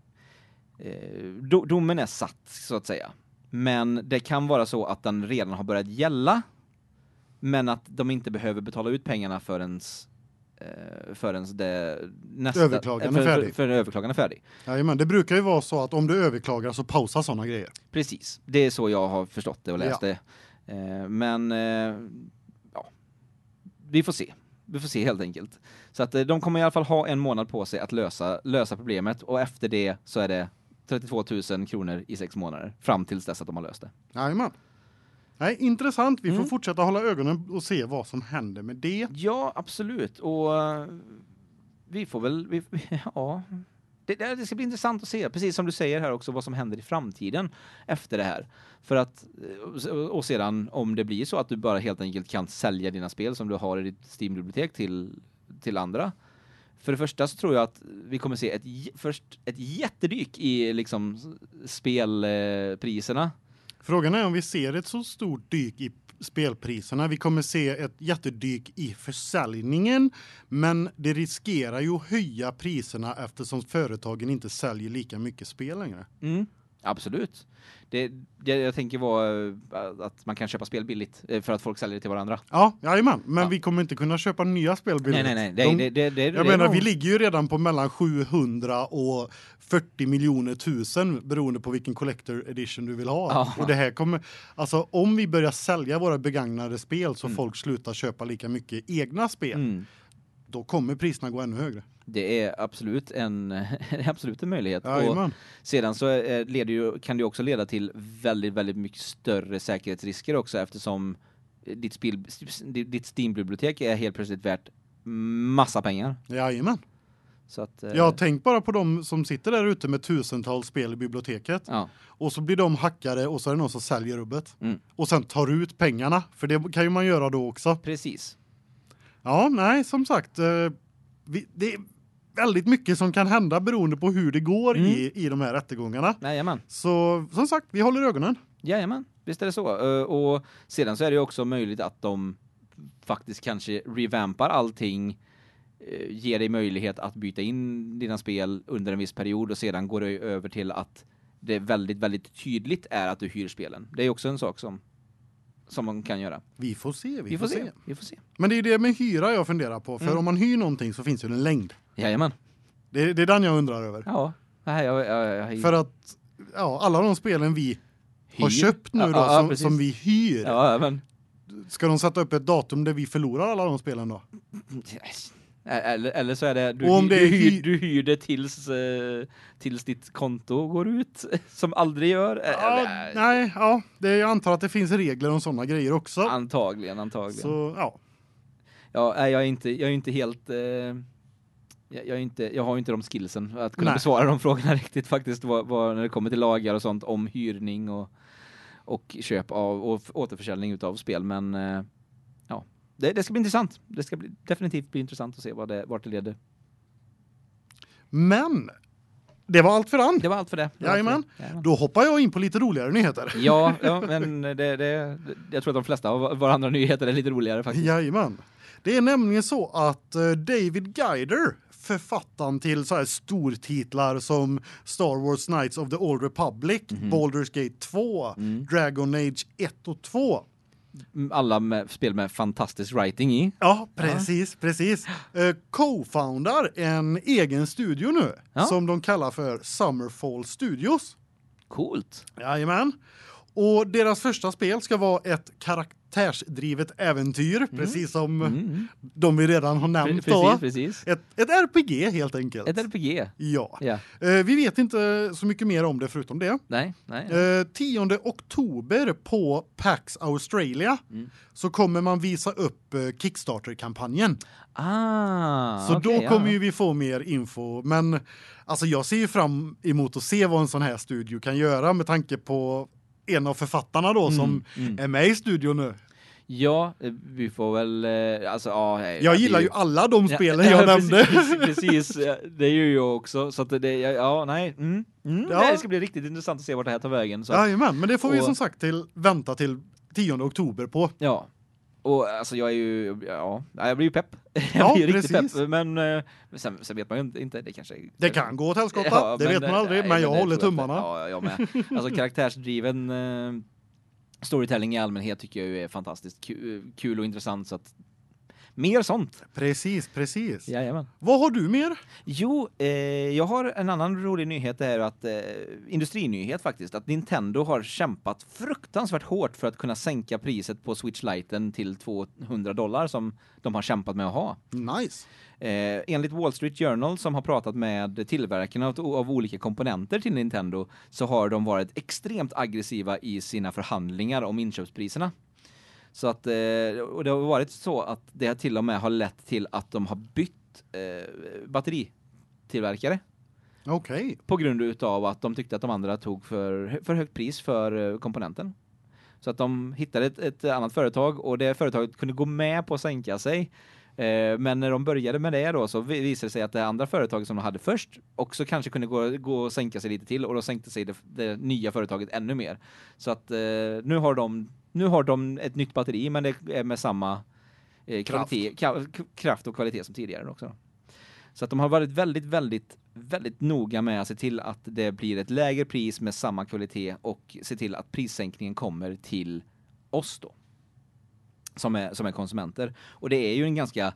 Do, domen är satt så att säga. Men det kan vara så att den redan har börjat gälla, men att de inte behöver betala ut pengarna förrän förrän det nästa Överklagan är för, färdig. För, för överklagan är färdig. Jajamän, det brukar ju vara så att om du överklagar så pausar sådana grejer. Precis. Det är så jag har förstått det och läst Ja. det. Eh, men eh, ja, vi får se. Vi får se helt enkelt. Så att eh, de kommer i alla fall ha en månad på sig att lösa lösa problemet, och efter det så är det trettiotvå tusen kronor i sex månader fram tills dess att de har löst det. Jajamän. Nej, intressant. Vi får Mm. fortsätta hålla ögonen och se vad som händer med det. Ja, absolut. Och uh, vi får väl vi, ja, det, det ska bli intressant att se, precis som du säger här också, vad som händer i framtiden efter det här. För att och sedan om det blir så att du bara helt enkelt kan sälja dina spel som du har i ditt Steam-bibliotek till till andra. För det första så tror jag att vi kommer se ett först ett jättedyk i liksom spelpriserna. Frågan är om vi ser ett så stort dyk i spelpriserna. Vi kommer se ett jättedyk i försäljningen, men det riskerar ju att höja priserna eftersom företagen inte säljer lika mycket spel längre. Mm. Absolut. Det, det jag tänker var att man kan köpa spel billigt för att folk säljer det till varandra. Ja, jajamän. Men Ja. vi kommer inte kunna köpa nya spel billigt. Nej, nej, nej. Det, De, det, det, det, jag det menar, är nog- vi ligger ju redan på mellan sjuhundra och fyrtio miljoner tusen beroende på vilken collector edition du vill ha. Ja. Och det här kommer, alltså om vi börjar sälja våra begagnade spel så Mm. folk slutar köpa lika mycket egna spel, Mm. då kommer priserna gå ännu högre. Det är absolut en absolut en möjlighet. Och Jajamän. sedan så är, leder ju, kan det ju också leda till väldigt väldigt mycket större säkerhetsrisker också, eftersom ditt spel ditt Steam-bibliotek är helt plötsligt värt massa pengar. Jajamän. Så att eh, Jag tänk bara på de som sitter där ute med tusentals spel i biblioteket. Ja. Och så blir de hackade och så är det någon som säljer rubbet. Mm. Och sen tar ut pengarna, för det kan ju man göra då också. Precis. Ja, nej, som sagt, eh, vi, det är väldigt mycket som kan hända beroende på hur det går mm. i i de här rättegångarna. Jajamän. Så som sagt, vi håller ögonen. Jajamän, visst är det så. Uh, och sedan så är det ju också möjligt att de faktiskt kanske revampar allting, uh, ger dig möjlighet att byta in dina spel under en viss period och sedan går det över till att det väldigt, väldigt tydligt är att du hyr spelen. Det är också en sak som som man kan göra. Vi får se, vi, vi får, får se. se. Vi får se. Men det är det med hyra jag funderar på. För mm. om man hyr någonting så finns ju en längd. Jajamän. Det, det är den jag undrar över. Ja. Nej, jag, jag, jag, för att ja, alla de spelen vi hyr. har köpt nu ja, då, ja, som, precis. som vi hyr. Ja, men ska de sätta upp ett datum där vi förlorar alla de spelen då? Yes. Eller, eller så är det du, om det du, är hyr, hy- du hyr det tills, eh, tills ditt konto går ut, som aldrig gör. Ja, eller, nej, ja, det, jag antar att det finns regler om sådana grejer också. Antagligen, antagligen. Så, ja. Ja, jag är inte, jag är inte helt... Eh, jag, jag, är inte, jag har ju inte de skillsen att kunna nej. besvara de frågorna riktigt faktiskt, vad, vad, när det kommer till lagar och sånt om hyrning och, och köp av och återförsäljning utav spel, men... Eh, ja. Det, det ska bli intressant. Det ska bli, definitivt bli intressant att se vad det, vart det leder. Men det var allt för den. Det var allt för det. det Jajamän. För det. Då hoppar jag in på lite roligare nyheter. Ja, ja men det, det, jag tror att de flesta av våra andra nyheter är lite roligare faktiskt. Jajamän. Det är nämligen så att David Gaider, författaren till så här stortitlar som Star Wars Knights of the Old Republic, mm-hmm. Baldur's Gate två, mm. Dragon Age ett och två. Alla med, spel med fantastisk writing i. Ja, precis, ja. precis. Uh, co-foundar en egen studio nu, ja. som de kallar för Summerfall Studios. Coolt. Jajamän. Och deras första spel ska vara ett karaktärsdrivet äventyr, mm. precis som mm. de vi redan har nämnt. Precis, då. precis. Ett, ett R P G helt enkelt. Ett R P G? Ja. ja. Uh, vi vet inte så mycket mer om det förutom det. Nej, nej. Uh, tionde oktober på PAX Australia mm. så kommer man visa upp uh, Kickstarter-kampanjen. Ah, Så okay, då kommer ja. ju vi få mer info. Men alltså jag ser ju fram emot att se vad en sån här studio kan göra med tanke på en av författarna då mm, som mm. är med i studion nu. Ja, vi får väl alltså ja, jag gillar ju alla de spelen ja, jag ja, nämnde. Precis, precis, det är ju jag också så att det ja nej. Mm, mm, ja. Det ska bli riktigt intressant att se vart det här tar vägen så. Ja, men men det får och, vi som sagt till vänta till tionde oktober på. Ja. Och alltså jag är ju ja, jag blir ju pepp. Jag ja, blir riktigt precis. pepp men uh, sen, sen vet man ju inte det kanske det kan gå åt helskotta. Ja, det men, vet man aldrig, nej, men jag men håller tummarna. Ja, jag med. Alltså karaktärsdriven uh, storytelling i allmänhet tycker jag ju är fantastiskt kul, kul och intressant så att mer sånt. Precis, precis. Jajamän. Vad har du mer? Jo, eh, jag har en annan rolig nyhet det är att eh, industrinyhet faktiskt att Nintendo har kämpat fruktansvärt hårt för att kunna sänka priset på Switch Lite till tvåhundra dollar som de har kämpat med att ha. Nice. Eh, enligt Wall Street Journal som har pratat med tillverkarna av, av olika komponenter till Nintendo så har de varit extremt aggressiva i sina förhandlingar om inköpspriserna. Så att eh, och det har varit så att det har till och med har lett till att de har bytt eh, batteritillverkare. Okej. Okay. På grund utav att de tyckte att de andra tog för för högt pris för eh, komponenten. Så att de hittade ett, ett annat företag och det företaget kunde gå med på att sänka sig. Eh, men när de började med det då så visade det sig att det andra företaget som de hade först också kanske kunde gå gå och sänka sig lite till och då sänkte sig det, det nya företaget ännu mer. Så att eh, nu har de Nu har de ett nytt batteri men det är med samma eh, kvalitet, kraft. kraft och kvalitet som tidigare också. Så att de har varit väldigt väldigt väldigt noga med att se till att det blir ett lägre pris med samma kvalitet och se till att prissänkningen kommer till oss då. Som är som är konsumenter och det är ju en ganska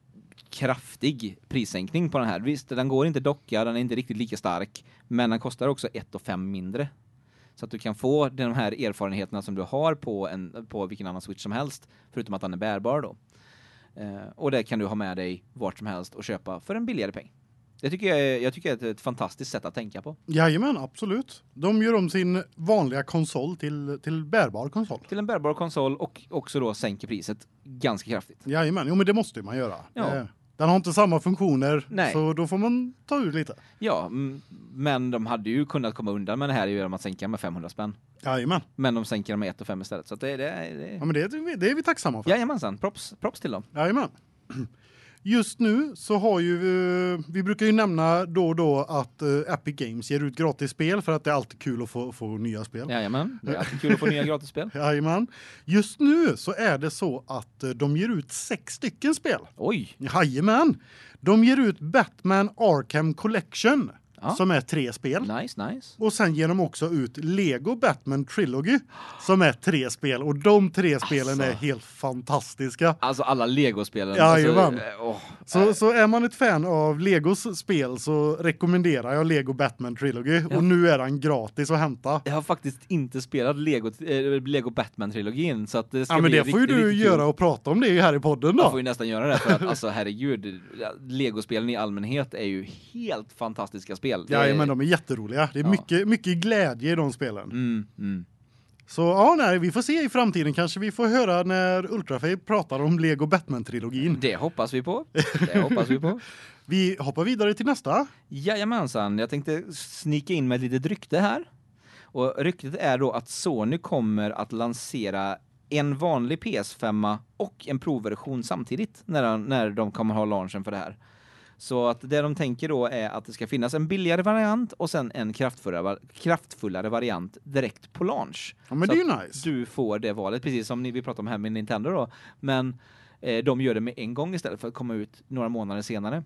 kraftig prissänkning på den här. Visst, den går inte docka, den är inte riktigt lika stark, men den kostar också ett och fem mindre. Så att du kan få de här erfarenheterna som du har på en på vilken annan Switch som helst förutom att den är bärbar då. Eh, och det kan du ha med dig vart som helst och köpa för en billigare peng. Det tycker jag jag tycker det är ett fantastiskt sätt att tänka på. Jajamän, absolut. De gör om sin vanliga konsol till till bärbar konsol. Till en bärbar konsol och också då sänker priset ganska kraftigt. Jajamän, jo men det måste man göra. Ja. Det... Den har inte samma funktioner, Nej. så då får man ta ut lite. Ja, m- men de hade ju kunnat komma undan med det här genom att sänka med femhundra spänn. Jajamän. Men de sänker dem med ett och fem istället. Så att det, det, det... Ja, men det, är- det är vi tacksamma för. Jajamensan, props, props till dem. Jajamän. Just nu så har ju vi, vi brukar ju nämna då och då att uh, Epic Games ger ut gratis spel för att det är alltid kul att få, få nya spel. Jajamän, det är alltid kul att få nya gratisspel. Jajamän. Just nu så är det så att uh, de ger ut sex stycken spel. Oj! Jajamän. De ger ut Batman Arkham Collection Ja. som är tre spel. Nice, nice. Och sen ger de också ut Lego Batman Trilogy som är tre spel. Och de tre spelen Alltså. är helt fantastiska. Alltså alla Lego-spelen. Jajamän. Alltså, eh, åh, Så, så är man ett fan av Legos spel så rekommenderar jag Lego Batman Trilogy. Ja. Och nu är den gratis att hämta. Jag har faktiskt inte spelat Lego, äh, Lego Batman-trilogin. Så att det ska Ja, men bli det får ju riktigt, du riktigt göra kul. och prata om det här i podden då. Jag får ju nästan göra det för att alltså herregud, Lego-spelen i allmänhet är ju helt fantastiska spel. Det Ja, är... men de är jätteroliga. Det är Ja. mycket mycket glädje i de spelen. Mm, mm. Så ja, nej, vi får se i framtiden. Kanske vi får höra när Ultraface pratar om Lego Batman-trilogin. Det hoppas vi på. Det hoppas vi på. Vi hoppar vidare till nästa. Jajamensan, jag tänkte snika in med ett litet rykte här. Och ryktet är då att Sony kommer att lansera en vanlig P S fem och en provversion samtidigt när de, när de kommer ha launchen för det här. Så att det de tänker då är att det ska finnas en billigare variant och sen en kraftfullare, kraftfullare variant direkt på launch. Ja, men så det är ju att nice. Du får det valet, precis som ni vi pratade om här med Nintendo då. Men eh, de gör det med en gång istället för att komma ut några månader senare.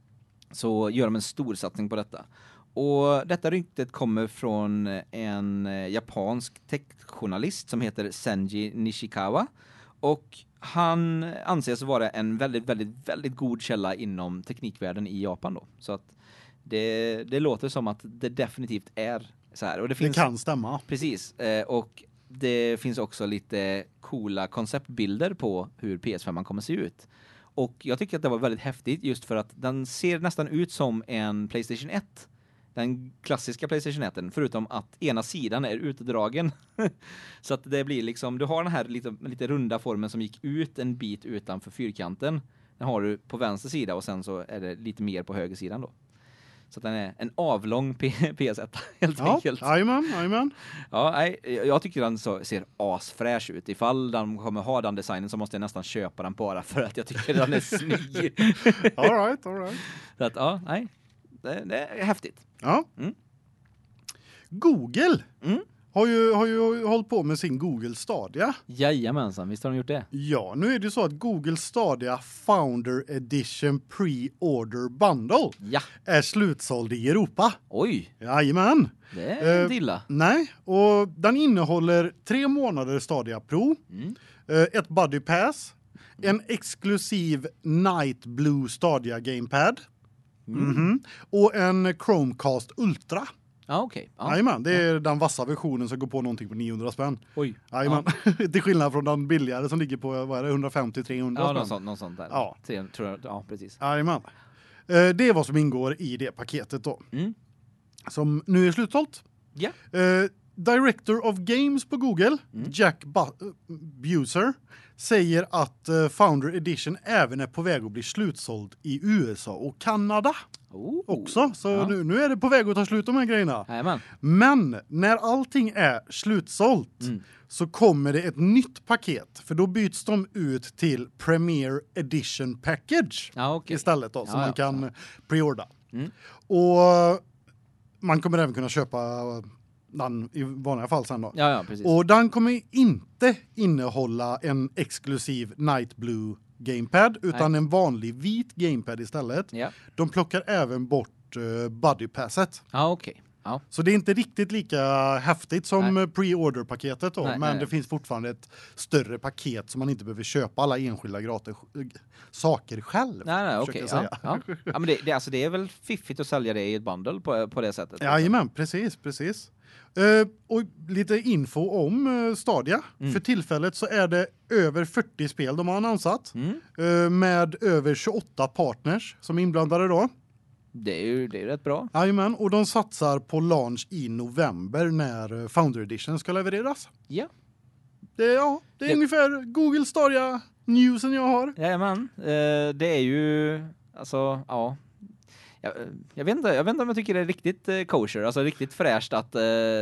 Så gör de en stor satsning på detta. Och detta ryktet kommer från en eh, japansk techjournalist som heter Senji Nishikawa. Och han anses vara en väldigt, väldigt, väldigt god källa inom teknikvärlden i Japan då. Så att det, det låter som att det definitivt är så här. Och det, finns, Det kan stämma. Precis. Eh, och det finns också lite coola konceptbilder på hur P S fem kommer se ut. Och jag tycker att det var väldigt häftigt just för att den ser nästan ut som en PlayStation ett. Den klassiska PlayStation ett, förutom att ena sidan är utdragen. Så att det blir liksom, du har den här lite, lite runda formen som gick ut en bit utanför fyrkanten. Den har du på vänster sida och sen så är det lite mer på höger sidan då. Så att den är en avlång P S ett helt Ja, enkelt. jajamän, jajamän. Ja, nej, jag tycker den så, ser asfräsch ut. Ifall de kommer ha den designen så måste jag nästan köpa den bara för att jag tycker den är snygg. All right, all right. Så att, ja, nej. Det, det är häftigt. Ja. Mm. Google Mm. har ju har ju hållit på med sin Google Stadia. Jajamensan, visst har de gjort det? Ja, nu är det ju så att Google Stadia Founder Edition Pre-Order Bundle Ja. är slutsåld i Europa. Oj, Jajamän. det är Eh, inte illa. Nej, och den innehåller tre månader Stadia Pro, Mm. eh, ett Buddy Pass, en exklusiv Night Blue Stadia Gamepad. Mm. Mhm. Och en Chromecast Ultra. Ja, okej. Ja. Jajamän, det är den vassa versionen som går på någonting på niohundra spänn. Oj. Jajamän, till skillnad från den billigare som ligger på vad är det, hundrafemtio till trehundra Ja, spänn. något sånt, något sånt där. Ja. Tre, tror jag, ja, precis. Jajamän. Eh, det är vad som ingår i det paketet då. Mm. Som nu är slutsålt. Ja. Eh, Director of Games på Google, Mm. Jack Bu- Buser, säger att uh, Founder Edition även är på väg att bli slutsåld i U S A och Kanada Oh. också. Så Ja. nu, nu är det på väg att ta slut de här grejerna. Jajamän. Men när allting är slutsålt Mm. så kommer det ett nytt paket. För då byts de ut till Premier Edition Package Ja, okej. istället då. Så Ja, man ja, kan preorda. Mm. Och man kommer även kunna köpa den i vanliga fall sen då. Ja, ja, precis. Och den kommer inte innehålla en exklusiv Night Blue Gamepad utan Nej. en vanlig vit Gamepad istället. Ja. De plockar även bort uh, Buddy Passet. Ja, okej. Ja. Så det är inte riktigt lika häftigt som Nej. pre-order-paketet då, Nej, men nej, det nej. finns fortfarande ett större paket som man inte behöver köpa alla enskilda gratis saker själv. Nej, nej, försöker okej. jag Ja, säga. ja. ja, men det, det alltså det är väl fiffigt att sälja det i ett bundle på på det sättet. liksom. Jajamän, precis, precis. Uh, och lite info om uh, Stadia. Mm. För tillfället så är det över fyrtio spel de har annonsat. Mm. Uh, med över tjugoåtta partners som är inblandade då. Det är ju det är ju rätt bra. Jajamän, och de satsar på launch i november när uh, Founder Edition ska levereras. Ja. Det, ja, det är Det- ungefär Google Stadia newsen jag har. Jajamän. Eh, det är ju Alltså, ja. Jag, jag vet inte, jag vet inte om jag tycker det är riktigt eh, kosher, alltså riktigt fräscht att eh,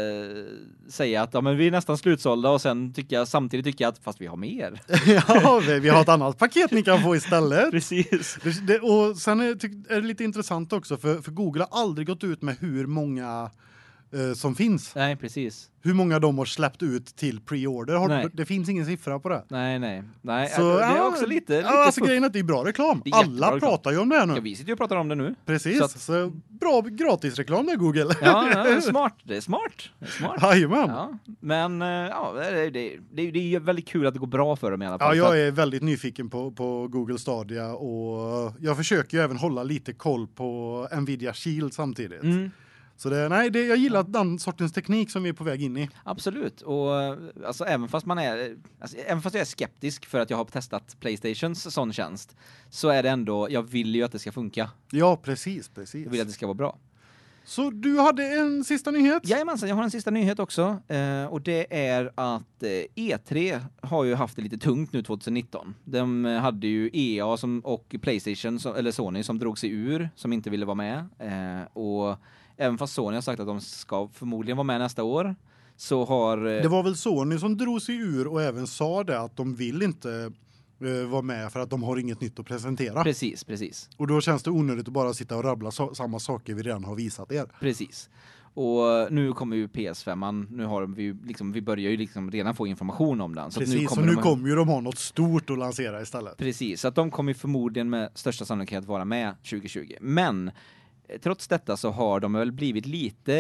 säga att ja, men vi är nästan slutsålda och sen tycker jag samtidigt tycker jag att fast vi har mer. Ja, vi, vi har ett annat paket ni kan få istället. Precis. Det, det, och sen är, tyck, är det lite intressant också för för Google har aldrig gått ut med hur många eh, som finns. Nej, precis. Hur många de har släppt ut till pre-order. Har, det finns ingen siffra på det. Nej, nej. Nej, så, det är ja, också lite, lite ja, alltså grejen är att det är bra reklam. Är Alla reklam. pratar ju om det här nu. Ja, vi sitter ju och pratar om det nu. Precis. Så, att, så bra gratis reklam där Google. Ja, ja, smart. Det är smart. Det är smart. Jajamän. Ja, men ja, det, det, det, det är ju väldigt kul att det går bra för dem i alla fall. Ja, jag är väldigt nyfiken på på Google Stadia och jag försöker ju även hålla lite koll på Nvidia Shield samtidigt. Mm. Så det nej det jag gillar den sortens teknik som vi är på väg in i. Absolut. Och alltså även fast man är alltså, även fast jag är skeptisk för att jag har testat PlayStations sån tjänst så är det ändå jag vill ju att det ska funka. Ja, precis, precis. Jag vill att det ska vara bra. Så du hade en sista nyhet? Jajamensan, jag har en sista nyhet också. Eh, och det är att eh, E tre har ju haft det lite tungt nu tjugonitton. De hade ju E A som, och PlayStation som, eller Sony som drog sig ur, som inte ville vara med. Eh, och även fast Sony har sagt att de ska förmodligen vara med nästa år så har... Eh, det var väl Sony som drog sig ur och även sa det att de vill inte eh, vara med för att de har inget nytt att presentera. Precis, precis. Och då känns det onödigt att bara sitta och rabbla so- samma saker vi redan har visat er. Precis. Och nu kommer ju P S fem, nu har vi ju liksom vi börjar ju liksom redan få information om den så precis, nu kommer så nu de kommer ju de ha något stort att lansera istället. Precis, så att de kommer förmodligen med största sannolikhet vara med tjugohundratjugo. Men trots detta så har de väl blivit lite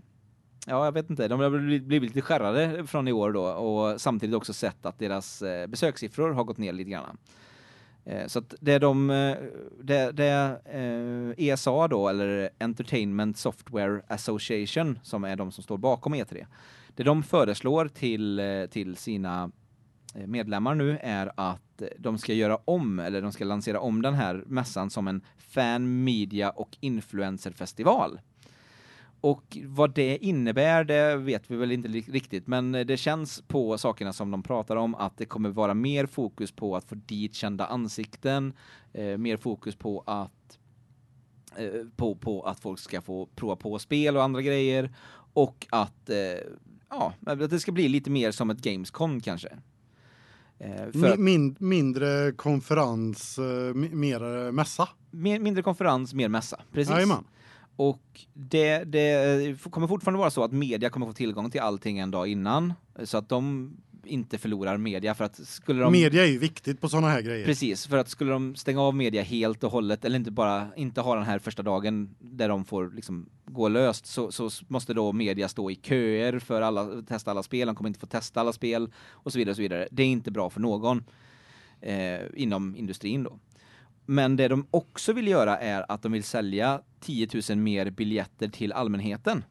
ja, jag vet inte, de har blivit lite skärrade från i år då och samtidigt också sett att deras besökssiffror har gått ner lite grann. Så att det de det det E S A då eller Entertainment Software Association som är de som står bakom E tre. Det de föreslår till till sina medlemmar nu är att de ska göra om eller de ska lansera om den här mässan som en fan media och influencerfestival. Och vad det innebär det vet vi väl inte riktigt, men det känns på sakerna som de pratar om att det kommer vara mer fokus på att få dit kända ansikten, eh, mer fokus på att eh, på på att folk ska få prova på spel och andra grejer och att eh, ja, att det ska bli lite mer som ett Gamescom kanske. Eh, för Min, mindre konferens, eh, mer mässa. Mer, mindre konferens, mer mässa. Precis. Jajamän. Och det, det kommer fortfarande vara så att media kommer få tillgång till allting en dag innan så att de inte förlorar media för att skulle de media är ju viktigt på såna här grejer. Precis, för att skulle de stänga av media helt och hållet eller inte bara inte ha den här första dagen där de får liksom gå löst så så måste då media stå i köer för alla testa alla spel, de kommer inte få testa alla spel och så vidare och så vidare. Det är inte bra för någon eh, inom industrin då. Men det de också vill göra är att de vill sälja tio tusen mer biljetter till allmänheten.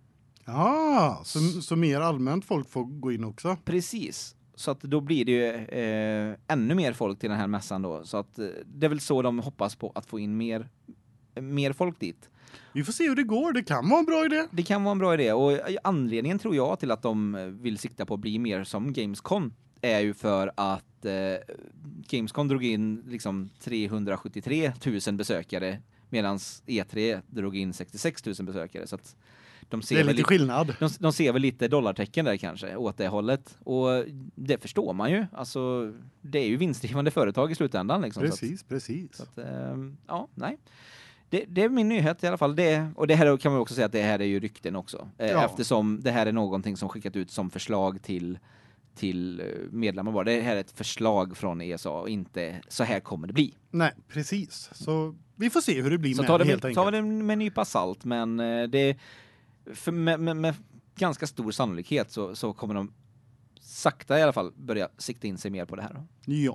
Ja, så, så mer allmänt folk får gå in också. Precis. Så att då blir det ju eh, ännu mer folk till den här mässan då. Så att eh, det är väl så de hoppas på att få in mer, mer folk dit. Vi får se hur det går. Det kan vara en bra idé. Det kan vara en bra idé. Och anledningen tror jag till att de vill sikta på att bli mer som Gamescom är ju för att eh, Gamescom drog in liksom trehundrasjuttiotre tusen besökare medan E tre drog in sextiosex tusen besökare så att de ser det är lite väl skillnad. De, de ser väl lite dollartecken där kanske åt det hållet och det förstår man ju. Alltså det är ju vinstdrivande företag i slutändan liksom. Precis, så att, precis. Så att, eh, ja, nej. Det, det är min nyhet i alla fall. Det, och det här kan man också säga att det här är ju rykten också. Eh, ja. Eftersom det här är någonting som skickat ut som förslag till till medlemmar bara. Det här är ett förslag från E S A och inte så här kommer det bli. Nej, precis. Så vi får se hur det blir så med ta det helt med, enkelt. ta det med en nypa salt men det för med, med, med ganska stor sannolikhet så så kommer de sakta i alla fall börja sikta in sig mer på det här. Ja.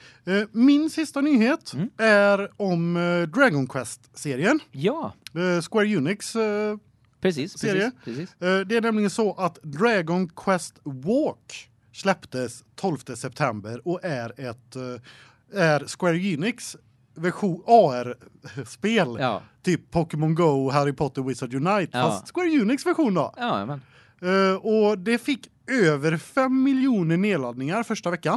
Min sista nyhet mm. är om Dragon Quest-serien. Ja. Square Enix precis, serie. Precis, precis. Det är nämligen så att Dragon Quest Walk släpptes tolfte september och är ett är Square Enix version A R-spel. Ja. Typ Pokémon Go, Harry Potter, Wizard Unite. Ja. Fast Square Enix version då. Ja, men. Uh, och det fick över fem miljoner nedladdningar första veckan.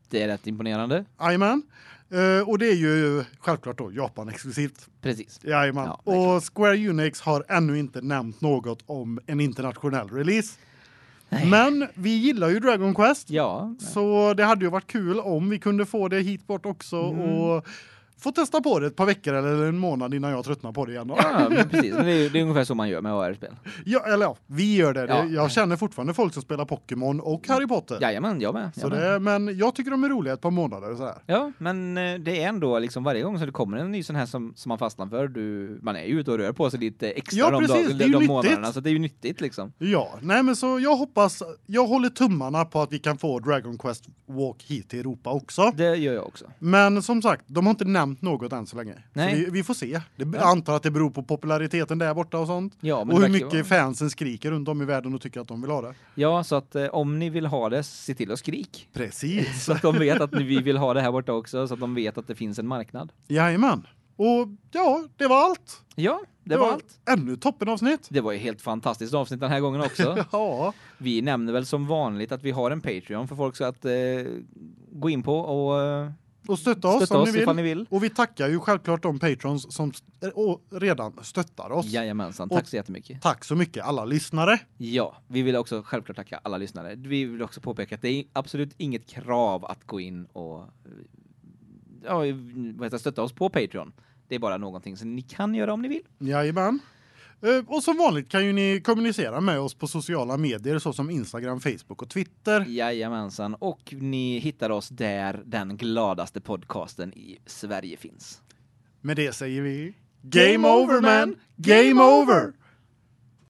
Det är rätt imponerande. Jajamän. Uh, och det är ju självklart då Japan exklusivt. Precis. Jajamän. Ja, och Square Enix har ännu inte nämnt något om en internationell release. Nej. Men vi gillar ju Dragon Quest. Ja. Så det hade ju varit kul om vi kunde få det hit bort också mm. och få testa på det ett par veckor eller en månad innan jag tröttnar på det igen. Ja, men precis. Men det, är, det är ungefär så man gör med A R-spel. Ja, eller ja, vi gör det. Ja. Jag känner fortfarande folk som spelar Pokémon och Harry Potter. Jajamän, jag med. Så det, men jag tycker de är roliga ett par månader så här. Ja, men det är ändå liksom varje gång så det kommer en ny sån här som, som man fastnar för, du, man är ju ute och rör på sig lite extra ja, de, precis, dag, det är de ju månaderna, så det är ju nyttigt liksom. Ja, nej men så jag hoppas, jag håller tummarna på att vi kan få Dragon Quest Walk hit till Europa också. Det gör jag också. Men som sagt, de har inte nämnt något än så länge. Nej. Så vi, vi får se. Det, jag ja. antar att det beror på populariteten där borta och sånt. Ja, men och hur mycket vara... fansen skriker runt om i världen och tycker att de vill ha det. Ja, så att eh, om ni vill ha det, se till att skrik. Precis. Så att de vet att vi vill ha det här borta också, så att de vet att det finns en marknad. Jajamän. Och ja, det var allt. Ja, det, det var, var allt. Ännu toppenavsnitt. Det var ju helt fantastiskt avsnitt den här gången också. Ja. Vi nämner väl som vanligt att vi har en Patreon för folk så att eh, gå in på och eh, och stötta oss, stötta om oss ni, vill. ifall ni vill. Och vi tackar ju självklart de patrons som redan stöttar oss. Jajamensan, tack och så jättemycket. Tack så mycket alla lyssnare. Ja, vi vill också självklart tacka alla lyssnare. Vi vill också påpeka att det är absolut inget krav att gå in och ja, vad heter, stötta oss på Patreon. Det är bara någonting som ni kan göra om ni vill. Jajamän. Och som vanligt kan ju ni kommunicera med oss på sociala medier såsom Instagram, Facebook och Twitter. Jajamensan. Och ni hittar oss där den gladaste podcasten i Sverige finns. Med det säger vi Game over man! Game over!